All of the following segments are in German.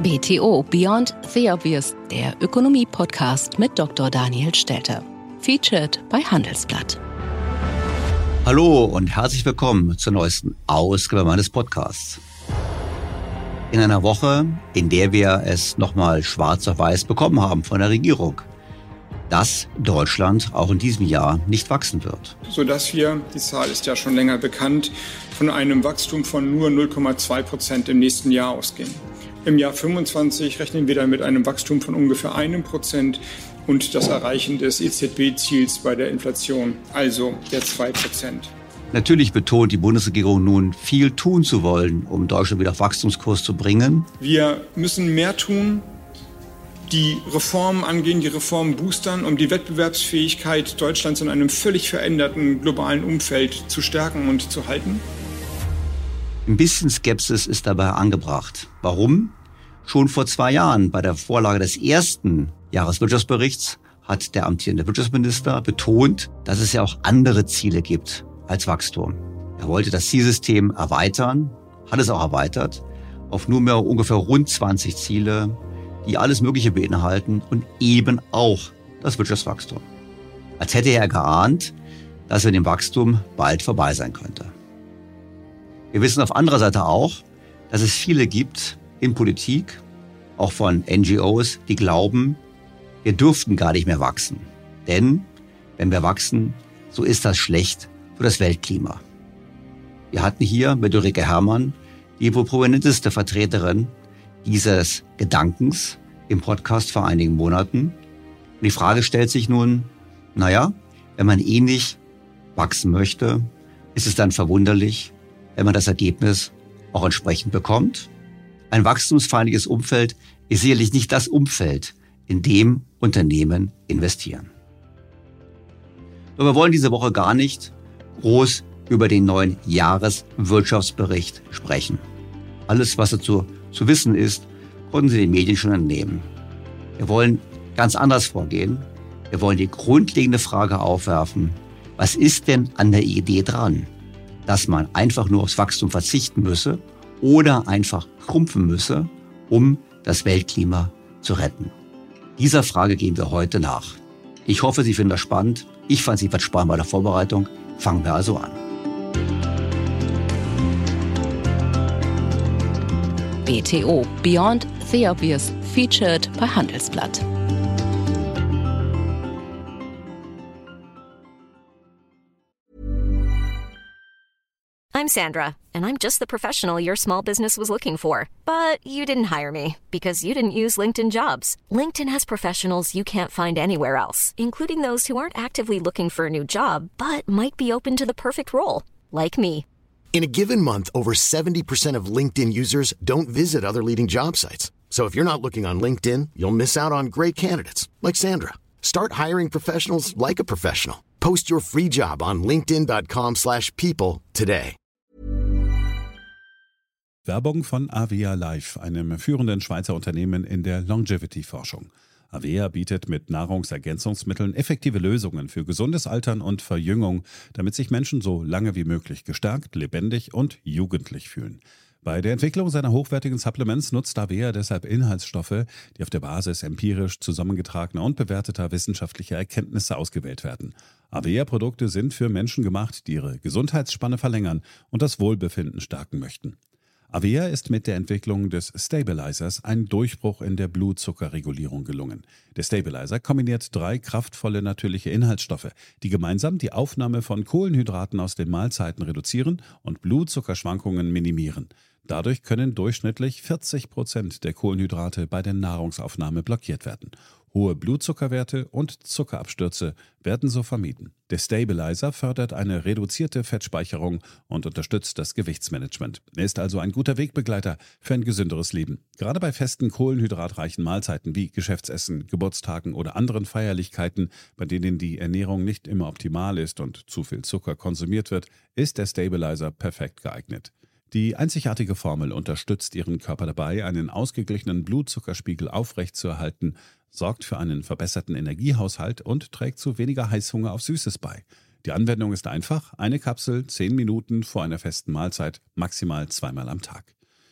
BTO Beyond the Obvious, der Ökonomie-Podcast mit Dr. Daniel Stelter. Featured bei Handelsblatt. Hallo und herzlich willkommen zur neuesten Ausgabe meines Podcasts. In einer Woche, in der wir es nochmal schwarz auf weiß bekommen haben von der Regierung, dass Deutschland auch in diesem Jahr nicht wachsen wird. Sodass wir, die Zahl ist ja schon länger bekannt, von einem Wachstum von nur 0,2% im nächsten Jahr ausgehen. Im Jahr 2025 rechnen wir dann mit einem Wachstum von ungefähr 1% und das Erreichen des EZB-Ziels bei der Inflation, also der 2%. Natürlich betont die Bundesregierung nun, viel tun zu wollen, um Deutschland wieder auf Wachstumskurs zu bringen. Wir müssen mehr tun, die Reformen angehen, die Reformen boostern, um die Wettbewerbsfähigkeit Deutschlands in einem völlig veränderten globalen Umfeld zu stärken und zu halten. Ein bisschen Skepsis ist dabei angebracht. Warum? Schon vor 2 Jahren bei der Vorlage des ersten Jahreswirtschaftsberichts hat der amtierende Wirtschaftsminister betont, dass es ja auch andere Ziele gibt als Wachstum. Er wollte das Zielsystem erweitern, hat es auch erweitert, auf nunmehr ungefähr rund 20 Ziele, die alles Mögliche beinhalten und eben auch das Wirtschaftswachstum. Als hätte er geahnt, dass mit dem Wachstum bald vorbei sein könnte. Wir wissen auf anderer Seite auch, dass es viele gibt in Politik, auch von NGOs, die glauben, wir dürften gar nicht mehr wachsen. Denn wenn wir wachsen, so ist das schlecht für das Weltklima. Wir hatten hier mit Ulrike Herrmann die wohl prominenteste Vertreterin dieses Gedankens im Podcast vor einigen Monaten. Und die Frage stellt sich nun, wenn man nicht wachsen möchte, ist es dann verwunderlich, wenn man das Ergebnis auch entsprechend bekommt? Ein wachstumsfeindliches Umfeld ist sicherlich nicht das Umfeld, in dem Unternehmen investieren. Doch wir wollen diese Woche gar nicht groß über den neuen Jahreswirtschaftsbericht sprechen. Alles, was dazu zu wissen ist, konnten Sie den Medien schon entnehmen. Wir wollen ganz anders vorgehen. Wir wollen die grundlegende Frage aufwerfen, was ist denn an der Idee dran, dass man einfach nur aufs Wachstum verzichten müsse oder einfach schrumpfen müsse, um das Weltklima zu retten? Dieser Frage gehen wir heute nach. Ich hoffe, Sie finden das spannend. Ich fand es jedenfalls spannend bei der Vorbereitung. Fangen wir also an. BTO Beyond the Obvious, featured bei Handelsblatt. I'm Sandra, and I'm just the professional your small business was looking for. But you didn't hire me because you didn't use LinkedIn Jobs. LinkedIn has professionals you can't find anywhere else, including those who aren't actively looking for a new job, but might be open to the perfect role, like me. In a given month, over 70% of LinkedIn users don't visit other leading job sites. So if you're not looking on LinkedIn, you'll miss out on great candidates like Sandra. Start hiring professionals like a professional. Post your free job on linkedin.com/people today. Werbung von Avea Life, einem führenden Schweizer Unternehmen in der Longevity-Forschung. Avea bietet mit Nahrungsergänzungsmitteln effektive Lösungen für gesundes Altern und Verjüngung, damit sich Menschen so lange wie möglich gestärkt, lebendig und jugendlich fühlen. Bei der Entwicklung seiner hochwertigen Supplements nutzt Avea deshalb Inhaltsstoffe, die auf der Basis empirisch zusammengetragener und bewerteter wissenschaftlicher Erkenntnisse ausgewählt werden. Avea-Produkte sind für Menschen gemacht, die ihre Gesundheitsspanne verlängern und das Wohlbefinden stärken möchten. Avea ist mit der Entwicklung des Stabilizers ein Durchbruch in der Blutzuckerregulierung gelungen. Der Stabilizer kombiniert 3 kraftvolle natürliche Inhaltsstoffe, die gemeinsam die Aufnahme von Kohlenhydraten aus den Mahlzeiten reduzieren und Blutzuckerschwankungen minimieren. Dadurch können durchschnittlich 40% der Kohlenhydrate bei der Nahrungsaufnahme blockiert werden. Hohe Blutzuckerwerte und Zuckerabstürze werden so vermieden. Der Stabilizer fördert eine reduzierte Fettspeicherung und unterstützt das Gewichtsmanagement. Er ist also ein guter Wegbegleiter für ein gesünderes Leben. Gerade bei festen kohlenhydratreichen Mahlzeiten wie Geschäftsessen, Geburtstagen oder anderen Feierlichkeiten, bei denen die Ernährung nicht immer optimal ist und zu viel Zucker konsumiert wird, ist der Stabilizer perfekt geeignet. Die einzigartige Formel unterstützt Ihren Körper dabei, einen ausgeglichenen Blutzuckerspiegel aufrechtzuerhalten, sorgt für einen verbesserten Energiehaushalt und trägt zu weniger Heißhunger auf Süßes bei. Die Anwendung ist einfach: eine Kapsel 10 Minuten vor einer festen Mahlzeit, maximal 2-mal am Tag.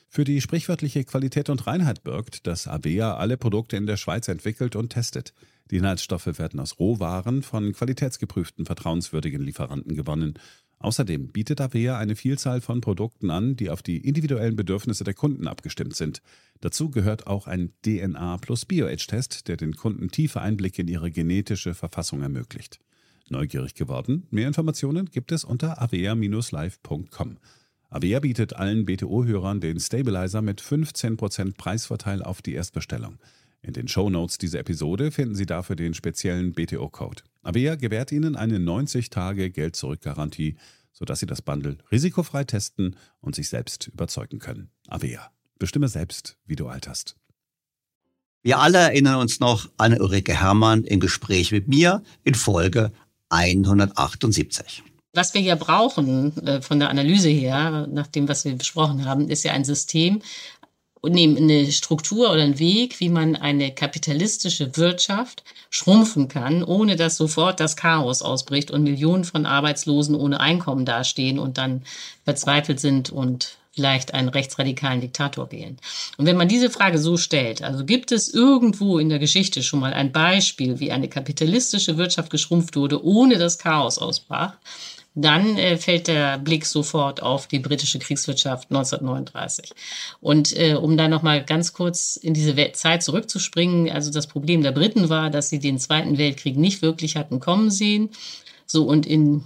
Für die sprichwörtliche Qualität und Reinheit birgt, dass Avea alle Produkte in der Schweiz entwickelt und testet. Die Inhaltsstoffe werden aus Rohwaren von qualitätsgeprüften, vertrauenswürdigen Lieferanten gewonnen. Außerdem bietet Avea eine Vielzahl von Produkten an, die auf die individuellen Bedürfnisse der Kunden abgestimmt sind. Dazu gehört auch ein DNA plus Bio-Age-Test, der den Kunden tiefe Einblicke in ihre genetische Verfassung ermöglicht. Neugierig geworden? Mehr Informationen gibt es unter avea-live.com. Avea bietet allen BTO-Hörern den Stabilizer mit 15% Preisvorteil auf die Erstbestellung. In den Shownotes dieser Episode finden Sie dafür den speziellen BTO-Code. Avea gewährt Ihnen eine 90-Tage-Geld-Zurück-Garantie, sodass Sie das Bundle risikofrei testen und sich selbst überzeugen können. Avea. Bestimme selbst, wie du alterst. Wir alle erinnern uns noch an Ulrike Herrmann im Gespräch mit mir in Folge 178. Was wir ja brauchen von der Analyse her, nach dem, was wir besprochen haben, ist ja ein System, eine Struktur oder ein Weg, wie man eine kapitalistische Wirtschaft schrumpfen kann, ohne dass sofort das Chaos ausbricht und Millionen von Arbeitslosen ohne Einkommen dastehen und dann verzweifelt sind und vielleicht einen rechtsradikalen Diktator wählen. Und wenn man diese Frage so stellt, also gibt es irgendwo in der Geschichte schon mal ein Beispiel, wie eine kapitalistische Wirtschaft geschrumpft wurde, ohne dass Chaos ausbrach, dann fällt der Blick sofort auf die britische Kriegswirtschaft 1939. Und um da nochmal ganz kurz in diese Zeit zurückzuspringen, also das Problem der Briten war, dass sie den Zweiten Weltkrieg nicht wirklich hatten kommen sehen. So, und in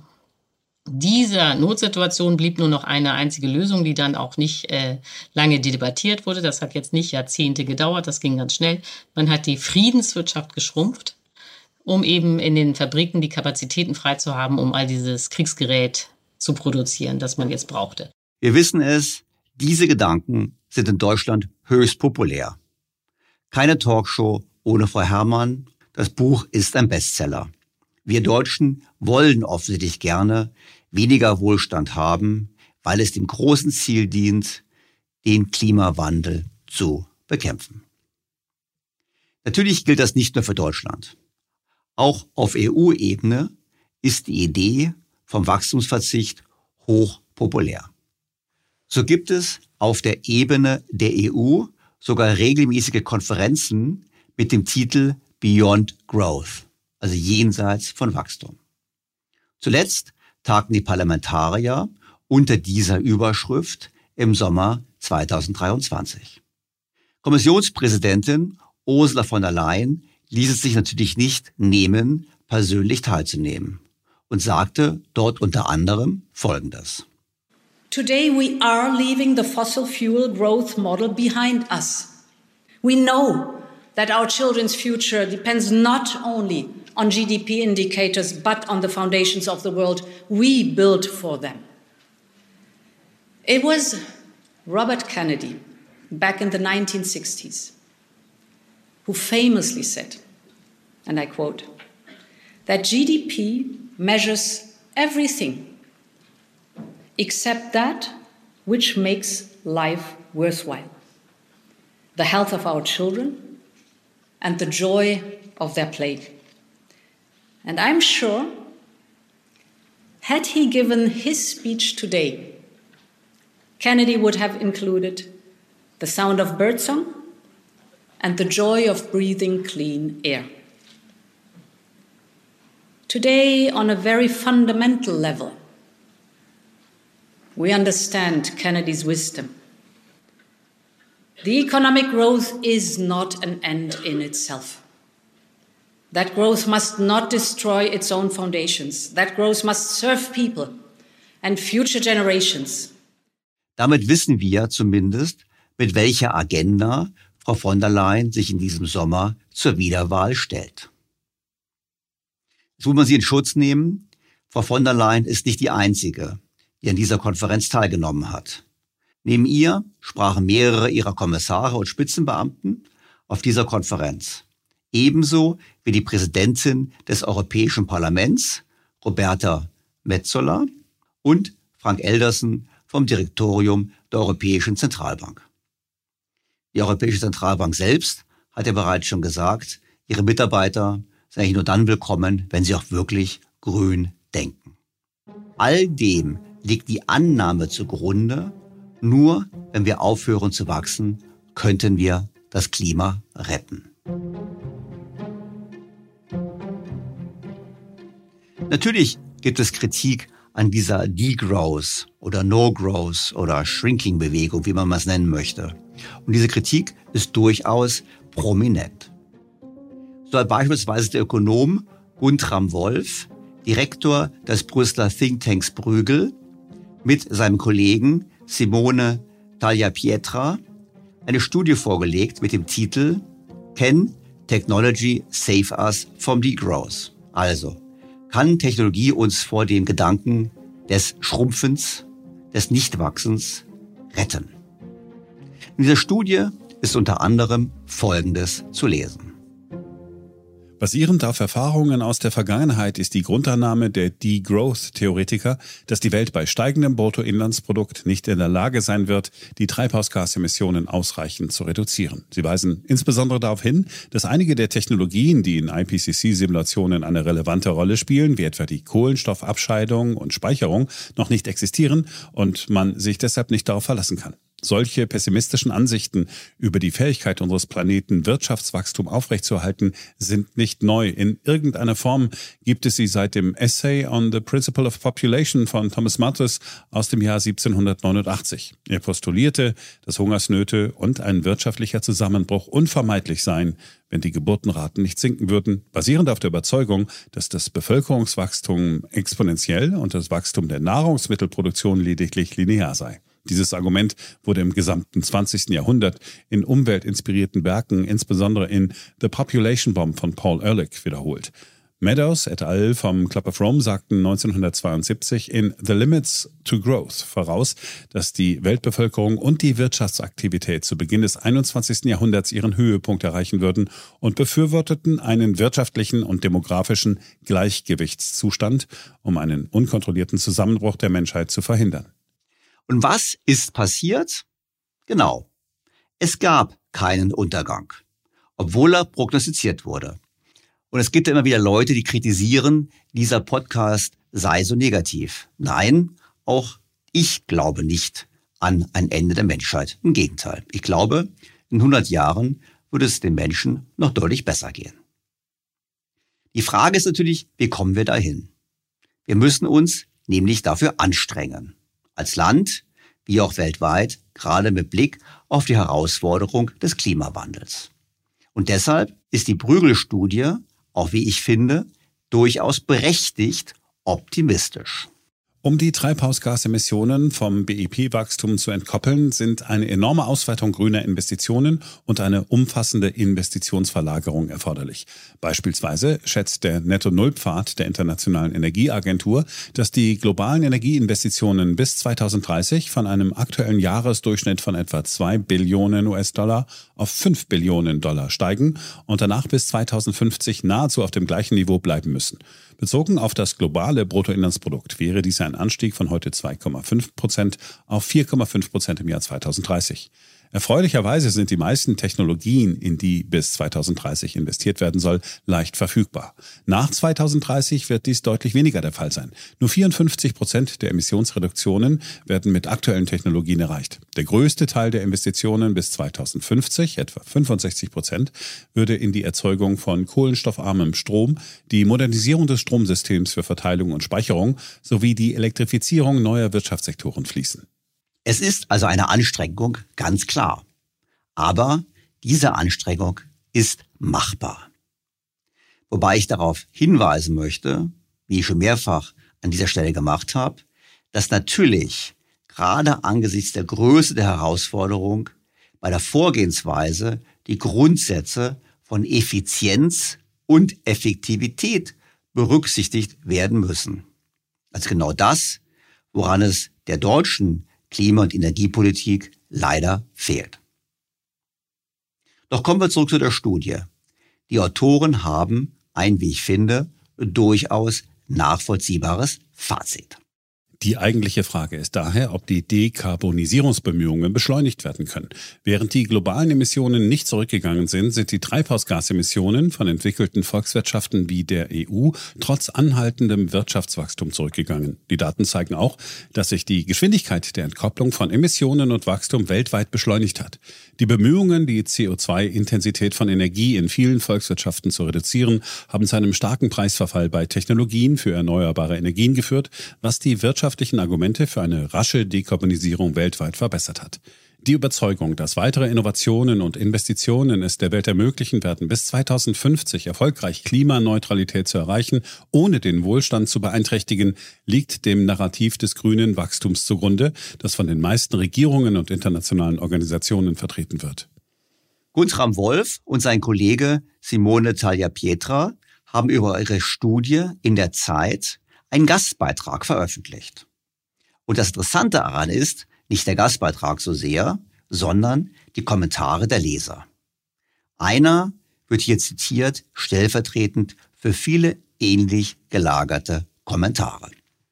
dieser Notsituation blieb nur noch eine einzige Lösung, die dann auch nicht lange debattiert wurde. Das hat jetzt nicht Jahrzehnte gedauert, das ging ganz schnell. Man hat die Friedenswirtschaft geschrumpft, um eben in den Fabriken die Kapazitäten frei zu haben, um all dieses Kriegsgerät zu produzieren, das man jetzt brauchte. Wir wissen es, diese Gedanken sind in Deutschland höchst populär. Keine Talkshow ohne Frau Herrmann. Das Buch ist ein Bestseller. Wir Deutschen wollen offensichtlich gerne weniger Wohlstand haben, weil es dem großen Ziel dient, den Klimawandel zu bekämpfen. Natürlich gilt das nicht nur für Deutschland. Auch auf EU-Ebene ist die Idee vom Wachstumsverzicht hoch populär. So gibt es auf der Ebene der EU sogar regelmäßige Konferenzen mit dem Titel Beyond Growth, also jenseits von Wachstum. Zuletzt tagten die Parlamentarier unter dieser Überschrift im Sommer 2023. Kommissionspräsidentin Ursula von der Leyen ließ es sich natürlich nicht nehmen, persönlich teilzunehmen und sagte dort unter anderem Folgendes. Today we are leaving the fossil fuel growth model behind us. We know that our children's future depends not only on GDP indicators, but on the foundations of the world we built for them. It was Robert Kennedy, back in the 1960s, who famously said, and I quote, that GDP measures everything except that which makes life worthwhile. The health of our children and the joy of their play. And I'm sure, had he given his speech today, Kennedy would have included the sound of birdsong and the joy of breathing clean air. Today, on a very fundamental level, we understand Kennedy's wisdom. The economic growth is not an end in itself. That growth must not destroy its own foundations. That growth must serve people and future generations. Damit wissen wir zumindest, mit welcher Agenda Frau von der Leyen sich in diesem Sommer zur Wiederwahl stellt. Jetzt muss man sie in Schutz nehmen. Frau von der Leyen ist nicht die Einzige, die an dieser Konferenz teilgenommen hat. Neben ihr sprachen mehrere ihrer Kommissare und Spitzenbeamten auf dieser Konferenz. Ebenso wie die Präsidentin des Europäischen Parlaments, Roberta Metsola, und Frank Elderson vom Direktorium der Europäischen Zentralbank. Die Europäische Zentralbank selbst hat ja bereits schon gesagt, ihre Mitarbeiter sind eigentlich nur dann willkommen, wenn sie auch wirklich grün denken. All dem liegt die Annahme zugrunde, Nur wenn wir aufhören zu wachsen, könnten wir das Klima retten. Natürlich gibt es Kritik an dieser Degrowth oder No-Growth oder Shrinking-Bewegung, wie man es nennen möchte. Und diese Kritik ist durchaus prominent. So hat beispielsweise der Ökonom Guntram Wolf, Direktor des Brüsseler Thinktanks Bruegel, mit seinem Kollegen Simone Tagliapietra eine Studie vorgelegt mit dem Titel Can Technology Save Us from Degrowth? Also, kann Technologie uns vor dem Gedanken des Schrumpfens, des Nichtwachsens retten? In dieser Studie ist unter anderem Folgendes zu lesen. Basierend auf Erfahrungen aus der Vergangenheit ist die Grundannahme der Degrowth-Theoretiker, dass die Welt bei steigendem Bruttoinlandsprodukt nicht in der Lage sein wird, die Treibhausgasemissionen ausreichend zu reduzieren. Sie weisen insbesondere darauf hin, dass einige der Technologien, die in IPCC-Simulationen eine relevante Rolle spielen, wie etwa die Kohlenstoffabscheidung und Speicherung, noch nicht existieren und man sich deshalb nicht darauf verlassen kann. Solche pessimistischen Ansichten über die Fähigkeit unseres Planeten, Wirtschaftswachstum aufrechtzuerhalten, sind nicht neu. In irgendeiner Form gibt es sie seit dem Essay on the Principle of Population von Thomas Malthus aus dem Jahr 1789. Er postulierte, dass Hungersnöte und ein wirtschaftlicher Zusammenbruch unvermeidlich seien, wenn die Geburtenraten nicht sinken würden, basierend auf der Überzeugung, dass das Bevölkerungswachstum exponentiell und das Wachstum der Nahrungsmittelproduktion lediglich linear sei. Dieses Argument wurde im gesamten 20. Jahrhundert in umweltinspirierten Werken, insbesondere in The Population Bomb von Paul Ehrlich, wiederholt. Meadows et al. Vom Club of Rome sagten 1972 in The Limits to Growth voraus, dass die Weltbevölkerung und die Wirtschaftsaktivität zu Beginn des 21. Jahrhunderts ihren Höhepunkt erreichen würden und befürworteten einen wirtschaftlichen und demografischen Gleichgewichtszustand, um einen unkontrollierten Zusammenbruch der Menschheit zu verhindern. Und was ist passiert? Genau, es gab keinen Untergang, obwohl er prognostiziert wurde. Und es gibt ja immer wieder Leute, die kritisieren, dieser Podcast sei so negativ. Nein, auch ich glaube nicht an ein Ende der Menschheit. Im Gegenteil, ich glaube, in 100 Jahren würde es den Menschen noch deutlich besser gehen. Die Frage ist natürlich, wie kommen wir dahin? Wir müssen uns nämlich dafür anstrengen. Als Land, wie auch weltweit, gerade mit Blick auf die Herausforderung des Klimawandels. Und deshalb ist die Bruegel-Studie, auch wie ich finde, durchaus berechtigt optimistisch. Um die Treibhausgasemissionen vom BIP-Wachstum zu entkoppeln, sind eine enorme Ausweitung grüner Investitionen und eine umfassende Investitionsverlagerung erforderlich. Beispielsweise schätzt der Netto-Null-Pfad der Internationalen Energieagentur, dass die globalen Energieinvestitionen bis 2030 von einem aktuellen Jahresdurchschnitt von etwa 2 Billionen US-Dollar auf 5 Billionen Dollar steigen und danach bis 2050 nahezu auf dem gleichen Niveau bleiben müssen. Bezogen auf das globale Bruttoinlandsprodukt wäre dies ein Anstieg von heute 2,5% auf 4,5% im Jahr 2030. Erfreulicherweise sind die meisten Technologien, in die bis 2030 investiert werden soll, leicht verfügbar. Nach 2030 wird dies deutlich weniger der Fall sein. Nur 54% der Emissionsreduktionen werden mit aktuellen Technologien erreicht. Der größte Teil der Investitionen bis 2050, etwa 65%, würde in die Erzeugung von kohlenstoffarmem Strom, die Modernisierung des Stromsystems für Verteilung und Speicherung sowie die Elektrifizierung neuer Wirtschaftssektoren fließen. Es ist also eine Anstrengung, ganz klar. Aber diese Anstrengung ist machbar. Wobei ich darauf hinweisen möchte, wie ich schon mehrfach an dieser Stelle gemacht habe, dass natürlich gerade angesichts der Größe der Herausforderung bei der Vorgehensweise die Grundsätze von Effizienz und Effektivität berücksichtigt werden müssen. Also genau das, woran es der deutschen Klima- und Energiepolitik leider fehlt. Doch kommen wir zurück zu der Studie. Die Autoren haben ein, wie ich finde, durchaus nachvollziehbares Fazit. Die eigentliche Frage ist daher, ob die Dekarbonisierungsbemühungen beschleunigt werden können. Während die globalen Emissionen nicht zurückgegangen sind, sind die Treibhausgasemissionen von entwickelten Volkswirtschaften wie der EU trotz anhaltendem Wirtschaftswachstum zurückgegangen. Die Daten zeigen auch, dass sich die Geschwindigkeit der Entkopplung von Emissionen und Wachstum weltweit beschleunigt hat. Die Bemühungen, die CO2-Intensität von Energie in vielen Volkswirtschaften zu reduzieren, haben zu einem starken Preisverfall bei Technologien für erneuerbare Energien geführt, was die wirtschaftlichen Argumente für eine rasche Dekarbonisierung weltweit verbessert hat. Die Überzeugung, dass weitere Innovationen und Investitionen es der Welt ermöglichen werden, bis 2050 erfolgreich Klimaneutralität zu erreichen, ohne den Wohlstand zu beeinträchtigen, liegt dem Narrativ des grünen Wachstums zugrunde, das von den meisten Regierungen und internationalen Organisationen vertreten wird. Guntram Wolf und sein Kollege Simone Tagliapietra haben über ihre Studie in der Zeit einen Gastbeitrag veröffentlicht. Und das Interessante daran ist, nicht der Gastbeitrag so sehr, sondern die Kommentare der Leser. Einer wird hier zitiert, stellvertretend für viele ähnlich gelagerte Kommentare.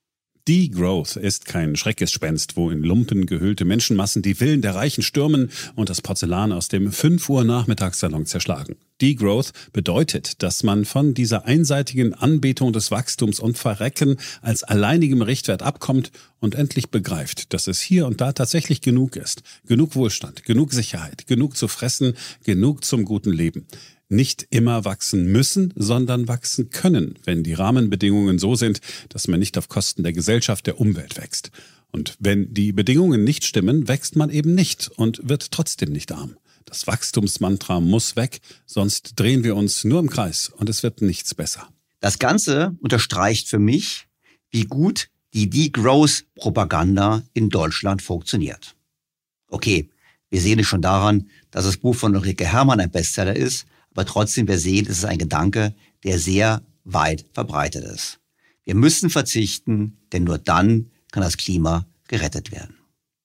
Degrowth ist kein Schreckgespenst, wo in Lumpen gehüllte Menschenmassen die Villen der Reichen stürmen und das Porzellan aus dem 5 Uhr Nachmittagssalon zerschlagen. Degrowth bedeutet, dass man von dieser einseitigen Anbetung des Wachstums und Verrecken als alleinigem Richtwert abkommt und endlich begreift, dass es hier und da tatsächlich genug ist. Genug Wohlstand, genug Sicherheit, genug zu fressen, genug zum guten Leben. Nicht immer wachsen müssen, sondern wachsen können, wenn die Rahmenbedingungen so sind, dass man nicht auf Kosten der Gesellschaft, der Umwelt wächst. Und wenn die Bedingungen nicht stimmen, wächst man eben nicht und wird trotzdem nicht arm. Das Wachstumsmantra muss weg, sonst drehen wir uns nur im Kreis und es wird nichts besser. Das Ganze unterstreicht für mich, wie gut die Degrowth-Propaganda in Deutschland funktioniert. Okay, wir sehen es schon daran, dass das Buch von Ulrike Herrmann ein Bestseller ist, aber trotzdem, wir sehen, es ist ein Gedanke, der sehr weit verbreitet ist. Wir müssen verzichten, denn nur dann kann das Klima gerettet werden.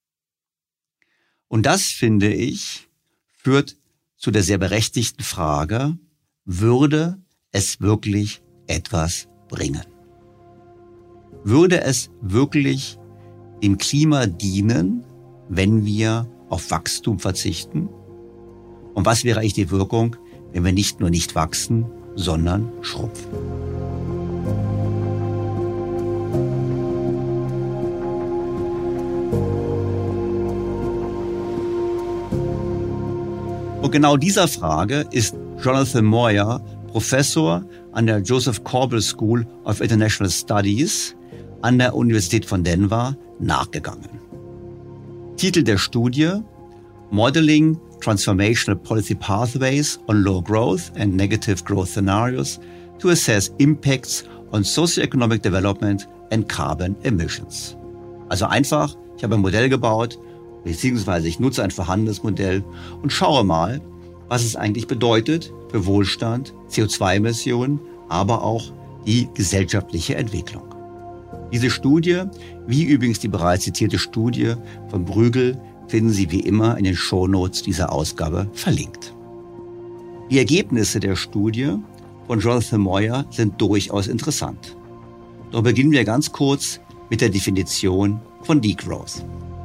Und das, finde ich, führt zu der sehr berechtigten Frage, würde es wirklich etwas bringen? Würde es wirklich dem Klima dienen, wenn wir auf Wachstum verzichten? Und was wäre eigentlich die Wirkung, wenn wir nicht nur nicht wachsen, sondern schrumpfen? Und genau dieser Frage ist Jonathan Moyer, Professor an der Joseph Corbel School of International Studies an der Universität von Denver, nachgegangen. Titel der Studie: Modeling Transformational Policy Pathways on Low Growth and Negative Growth Scenarios to Assess Impacts on Socioeconomic Development and Carbon Emissions. Also einfach, ich habe ein Modell gebaut, beziehungsweise ich nutze ein vorhandenes Modell und schaue mal, was es eigentlich bedeutet für Wohlstand, CO2-Emissionen, aber auch die gesellschaftliche Entwicklung. Diese Studie, wie übrigens die bereits zitierte Studie von Bruegel, finden Sie wie immer in den Shownotes dieser Ausgabe verlinkt. Die Ergebnisse der Studie von Jonathan Moyer sind durchaus interessant. Doch beginnen wir ganz kurz mit der Definition von Degrowth.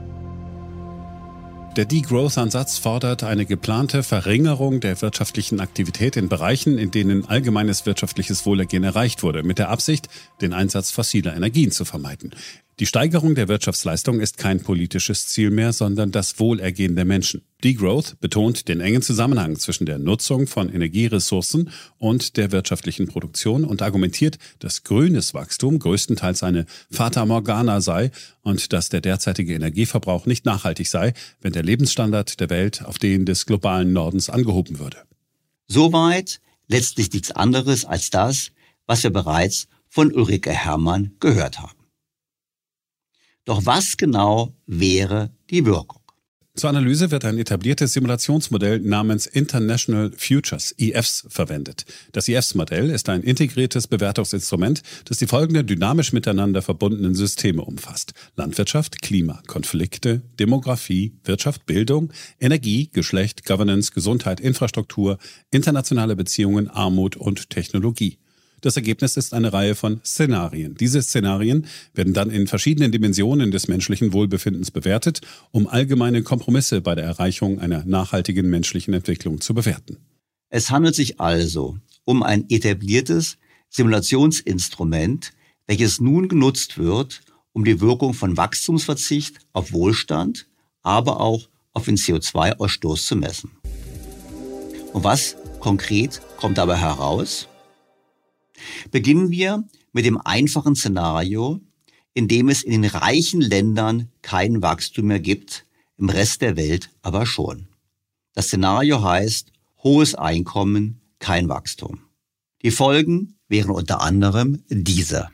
Der Degrowth-Ansatz fordert eine geplante Verringerung der wirtschaftlichen Aktivität in Bereichen, in denen allgemeines wirtschaftliches Wohlergehen erreicht wurde, mit der Absicht, den Einsatz fossiler Energien zu vermeiden. Die Steigerung der Wirtschaftsleistung ist kein politisches Ziel mehr, sondern das Wohlergehen der Menschen. Degrowth betont den engen Zusammenhang zwischen der Nutzung von Energieressourcen und der wirtschaftlichen Produktion und argumentiert, dass grünes Wachstum größtenteils eine Fata Morgana sei und dass der derzeitige Energieverbrauch nicht nachhaltig sei, wenn der Lebensstandard der Welt auf den des globalen Nordens angehoben würde. Soweit letztlich nichts anderes als das, was wir bereits von Ulrike Herrmann gehört haben. Doch was genau wäre die Wirkung? Zur Analyse wird ein etabliertes Simulationsmodell namens International Futures, IFs, verwendet. Das IFs-Modell ist ein integriertes Bewertungsinstrument, das die folgenden dynamisch miteinander verbundenen Systeme umfasst: Landwirtschaft, Klima, Konflikte, Demografie, Wirtschaft, Bildung, Energie, Geschlecht, Governance, Gesundheit, Infrastruktur, internationale Beziehungen, Armut und Technologie. Das Ergebnis ist eine Reihe von Szenarien. Diese Szenarien werden dann in verschiedenen Dimensionen des menschlichen Wohlbefindens bewertet, um allgemeine Kompromisse bei der Erreichung einer nachhaltigen menschlichen Entwicklung zu bewerten. Es handelt sich also um ein etabliertes Simulationsinstrument, welches nun genutzt wird, um die Wirkung von Wachstumsverzicht auf Wohlstand, aber auch auf den CO2-Ausstoß zu messen. Und was konkret kommt dabei heraus? Beginnen wir mit dem einfachen Szenario, in dem es in den reichen Ländern kein Wachstum mehr gibt, im Rest der Welt aber schon. Das Szenario heißt hohes Einkommen, kein Wachstum. Die Folgen wären unter anderem diese.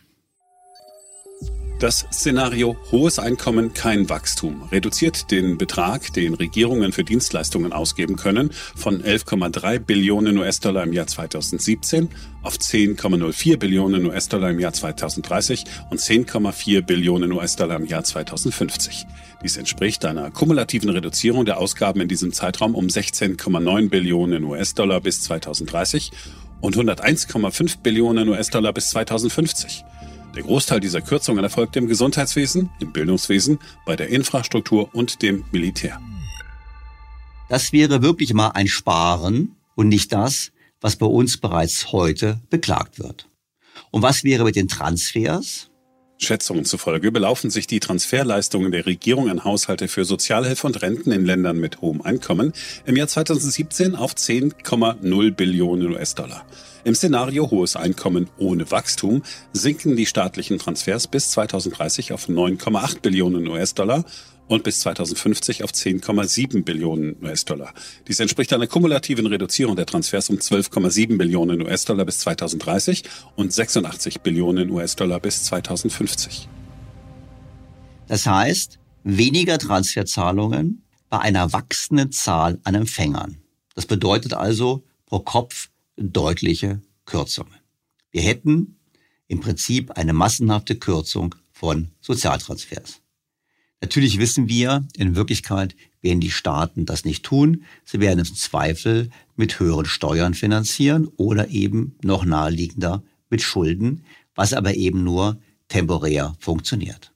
Das Szenario hohes Einkommen, kein Wachstum reduziert den Betrag, den Regierungen für Dienstleistungen ausgeben können, von 11,3 Billionen US-Dollar im Jahr 2017 auf 10,04 Billionen US-Dollar im Jahr 2030 und 10,4 Billionen US-Dollar im Jahr 2050. Dies entspricht einer kumulativen Reduzierung der Ausgaben in diesem Zeitraum um 16,9 Billionen US-Dollar bis 2030 und 101,5 Billionen US-Dollar bis 2050. Der Großteil dieser Kürzungen erfolgt im Gesundheitswesen, im Bildungswesen, bei der Infrastruktur und dem Militär. Das wäre wirklich mal ein Sparen und nicht das, was bei uns bereits heute beklagt wird. Und was wäre mit den Transfers? Schätzungen zufolge belaufen sich die Transferleistungen der Regierung an Haushalte für Sozialhilfe und Renten in Ländern mit hohem Einkommen im Jahr 2017 auf 10,0 Billionen US-Dollar. Im Szenario hohes Einkommen ohne Wachstum sinken die staatlichen Transfers bis 2030 auf 9,8 Billionen US-Dollar und bis 2050 auf 10,7 Billionen US-Dollar. Dies entspricht einer kumulativen Reduzierung der Transfers um 12,7 Billionen US-Dollar bis 2030 und 86 Billionen US-Dollar bis 2050. Das heißt, weniger Transferzahlungen bei einer wachsenden Zahl an Empfängern. Das bedeutet also pro Kopf deutliche Kürzungen. Wir hätten im Prinzip eine massenhafte Kürzung von Sozialtransfers. Natürlich wissen wir, in Wirklichkeit werden die Staaten das nicht tun. Sie werden es im Zweifel mit höheren Steuern finanzieren oder eben noch naheliegender mit Schulden, was aber eben nur temporär funktioniert.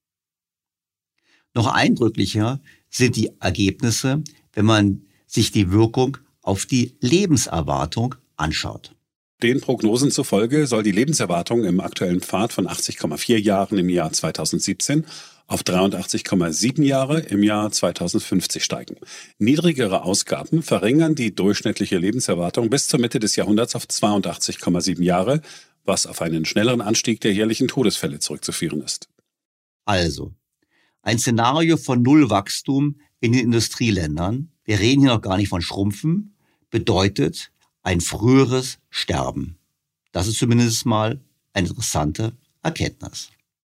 Noch eindrücklicher sind die Ergebnisse, wenn man sich die Wirkung auf die Lebenserwartung anschaut. Den Prognosen zufolge soll die Lebenserwartung im aktuellen Pfad von 80,4 Jahren im Jahr 2017 auf 83,7 Jahre im Jahr 2050 steigen. Niedrigere Ausgaben verringern die durchschnittliche Lebenserwartung bis zur Mitte des Jahrhunderts auf 82,7 Jahre, was auf einen schnelleren Anstieg der jährlichen Todesfälle zurückzuführen ist. Also, ein Szenario von Nullwachstum in den Industrieländern, wir reden hier noch gar nicht von Schrumpfen, bedeutet ein früheres Sterben. Das ist zumindest mal eine interessante Erkenntnis.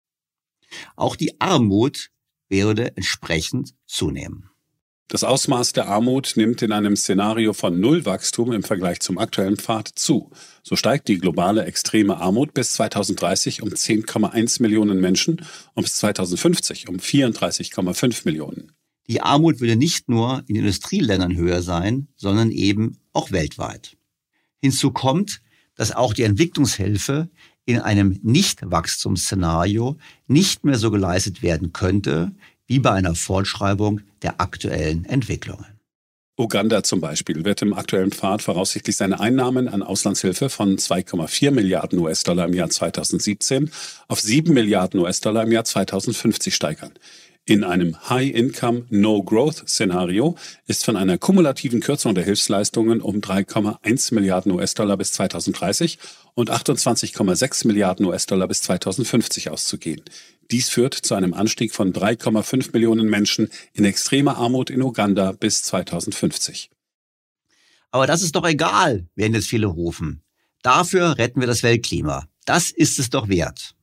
Auch die Armut würde entsprechend zunehmen. Das Ausmaß der Armut nimmt in einem Szenario von Nullwachstum im Vergleich zum aktuellen Pfad zu. So steigt die globale extreme Armut bis 2030 um 10,1 Millionen Menschen und bis 2050 um 34,5 Millionen. Die Armut würde nicht nur in Industrieländern höher sein, sondern eben auch weltweit. Hinzu kommt, dass auch die Entwicklungshilfe in einem Nicht-Wachstumsszenario nicht mehr so geleistet werden könnte, wie bei einer Fortschreibung der aktuellen Entwicklungen. Uganda zum Beispiel wird im aktuellen Pfad voraussichtlich seine Einnahmen an Auslandshilfe von 2,4 Milliarden US-Dollar im Jahr 2017 auf 7 Milliarden US-Dollar im Jahr 2050 steigern. In einem High-Income, No-Growth-Szenario ist von einer kumulativen Kürzung der Hilfsleistungen um 3,1 Milliarden US-Dollar bis 2030 und 28,6 Milliarden US-Dollar bis 2050 auszugehen. Dies führt zu einem Anstieg von 3,5 Millionen Menschen in extremer Armut in Uganda bis 2050. Aber das ist doch egal, werden jetzt viele rufen. Dafür retten wir das Weltklima. Das ist es doch wert.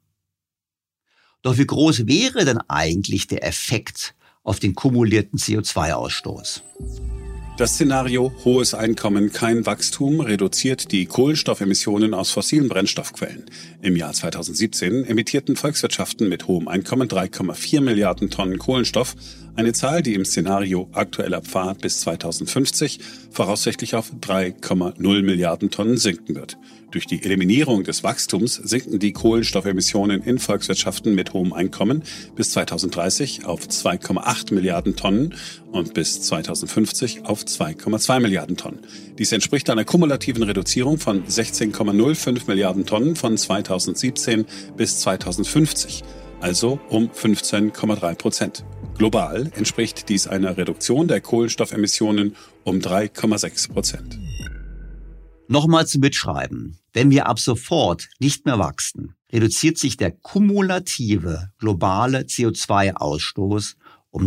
Doch wie groß wäre denn eigentlich der Effekt auf den kumulierten CO2-Ausstoß? Das Szenario hohes Einkommen, kein Wachstum reduziert die Kohlenstoffemissionen aus fossilen Brennstoffquellen. Im Jahr 2017 emittierten Volkswirtschaften mit hohem Einkommen 3,4 Milliarden Tonnen Kohlenstoff, eine Zahl, die im Szenario aktueller Pfad bis 2050 voraussichtlich auf 3,0 Milliarden Tonnen sinken wird. Durch die Eliminierung des Wachstums sinken die Kohlenstoffemissionen in Volkswirtschaften mit hohem Einkommen bis 2030 auf 2,8 Milliarden Tonnen und bis 2050 auf 2,2 Milliarden Tonnen. Dies entspricht einer kumulativen Reduzierung von 16,05 Milliarden Tonnen von 2017 bis 2050, also um 15,3%. Global entspricht dies einer Reduktion der Kohlenstoffemissionen um 3,6%. Nochmal zum Mitschreiben. Wenn wir ab sofort nicht mehr wachsen, reduziert sich der kumulative globale CO2-Ausstoß um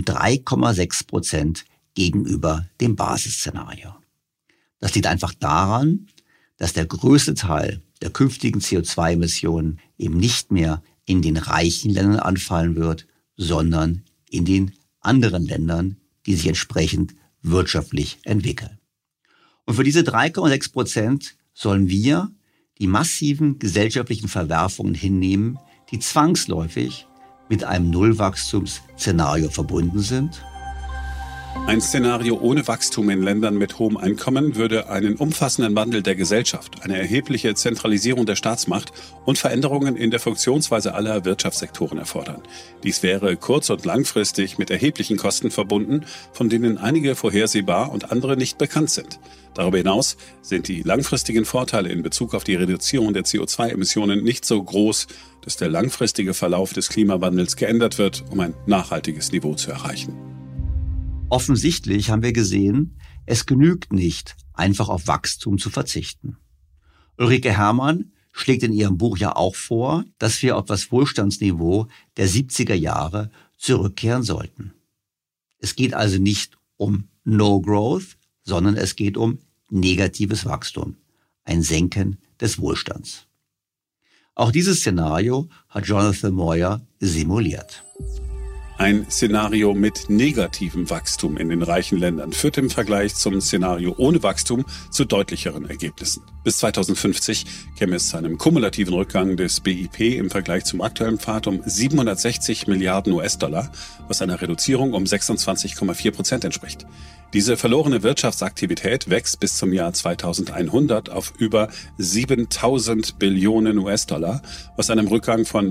3,6% gegenüber dem Basisszenario. Das liegt einfach daran, dass der größte Teil der künftigen CO2-Emissionen eben nicht mehr in den reichen Ländern anfallen wird, sondern in den anderen Ländern, die sich entsprechend wirtschaftlich entwickeln. Und für diese 3,6% sollen wir die massiven gesellschaftlichen Verwerfungen hinnehmen, die zwangsläufig mit einem Nullwachstumsszenario verbunden sind. Ein Szenario ohne Wachstum in Ländern mit hohem Einkommen würde einen umfassenden Wandel der Gesellschaft, eine erhebliche Zentralisierung der Staatsmacht und Veränderungen in der Funktionsweise aller Wirtschaftssektoren erfordern. Dies wäre kurz- und langfristig mit erheblichen Kosten verbunden, von denen einige vorhersehbar und andere nicht bekannt sind. Darüber hinaus sind die langfristigen Vorteile in Bezug auf die Reduzierung der CO2-Emissionen nicht so groß, dass der langfristige Verlauf des Klimawandels geändert wird, um ein nachhaltiges Niveau zu erreichen. Offensichtlich haben wir gesehen, es genügt nicht, einfach auf Wachstum zu verzichten. Ulrike Herrmann schlägt in ihrem Buch ja auch vor, dass wir auf das Wohlstandsniveau der 70er Jahre zurückkehren sollten. Es geht also nicht um No Growth, sondern es geht um negatives Wachstum, ein Senken des Wohlstands. Auch dieses Szenario hat Jonathan Moyer simuliert. Ein Szenario mit negativem Wachstum in den reichen Ländern führt im Vergleich zum Szenario ohne Wachstum zu deutlicheren Ergebnissen. Bis 2050 käme es zu einem kumulativen Rückgang des BIP im Vergleich zum aktuellen Pfad um 760 Milliarden US-Dollar, was einer Reduzierung um 26,4% entspricht. Diese verlorene Wirtschaftsaktivität wächst bis zum Jahr 2100 auf über 7.000 Billionen US-Dollar, was einem Rückgang von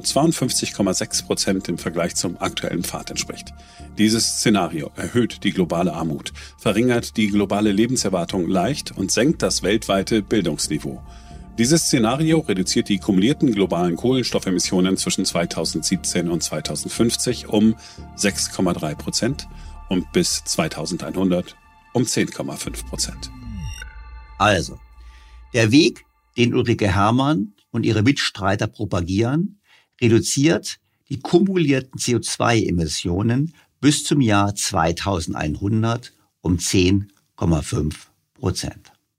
52,6% im Vergleich zum aktuellen Pfad entspricht. Dieses Szenario erhöht die globale Armut, verringert die globale Lebenserwartung leicht und senkt das weltweite Bildungsniveau. Dieses Szenario reduziert die kumulierten globalen Kohlenstoffemissionen zwischen 2017 und 2050 um 6,3% und bis 2100 um 10,5%. Also, der Weg, den Ulrike Herrmann und ihre Mitstreiter propagieren, reduziert die kumulierten CO2-Emissionen bis zum Jahr 2100 um 10,5%.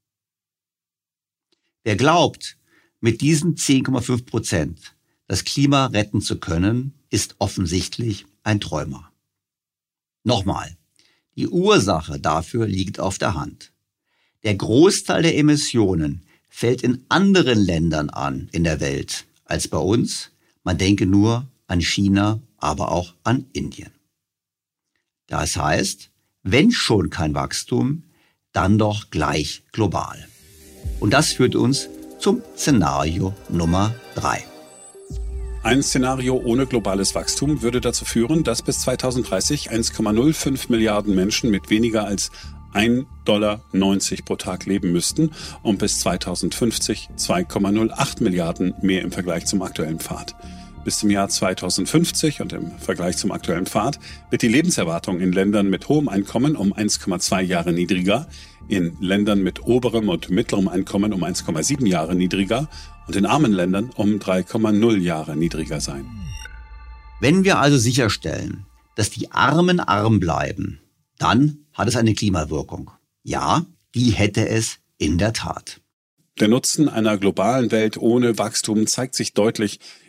Wer glaubt, mit diesen 10,5% das Klima retten zu können, ist offensichtlich ein Träumer. Nochmal, die Ursache dafür liegt auf der Hand. Der Großteil der Emissionen fällt in anderen Ländern an in der Welt als bei uns. Man denke nur an China, aber auch an Indien. Das heißt, wenn schon kein Wachstum, dann doch gleich global. Und das führt uns zum Szenario Nummer 3. Ein Szenario ohne globales Wachstum würde dazu führen, dass bis 2030 1,05 Milliarden Menschen mit weniger als $1,90 pro Tag leben müssten und bis 2050 2,08 Milliarden mehr im Vergleich zum aktuellen Pfad. Bis zum Jahr 2050 und im Vergleich zum aktuellen Pfad wird die Lebenserwartung in Ländern mit hohem Einkommen um 1,2 Jahre niedriger, in Ländern mit oberem und mittlerem Einkommen um 1,7 Jahre niedriger und in armen Ländern um 3,0 Jahre niedriger sein. Wenn wir also sicherstellen, dass die Armen arm bleiben, dann hat es eine Klimawirkung. Ja, die hätte es in der Tat. Der Nutzen einer globalen Welt ohne Wachstum zeigt sich deutlich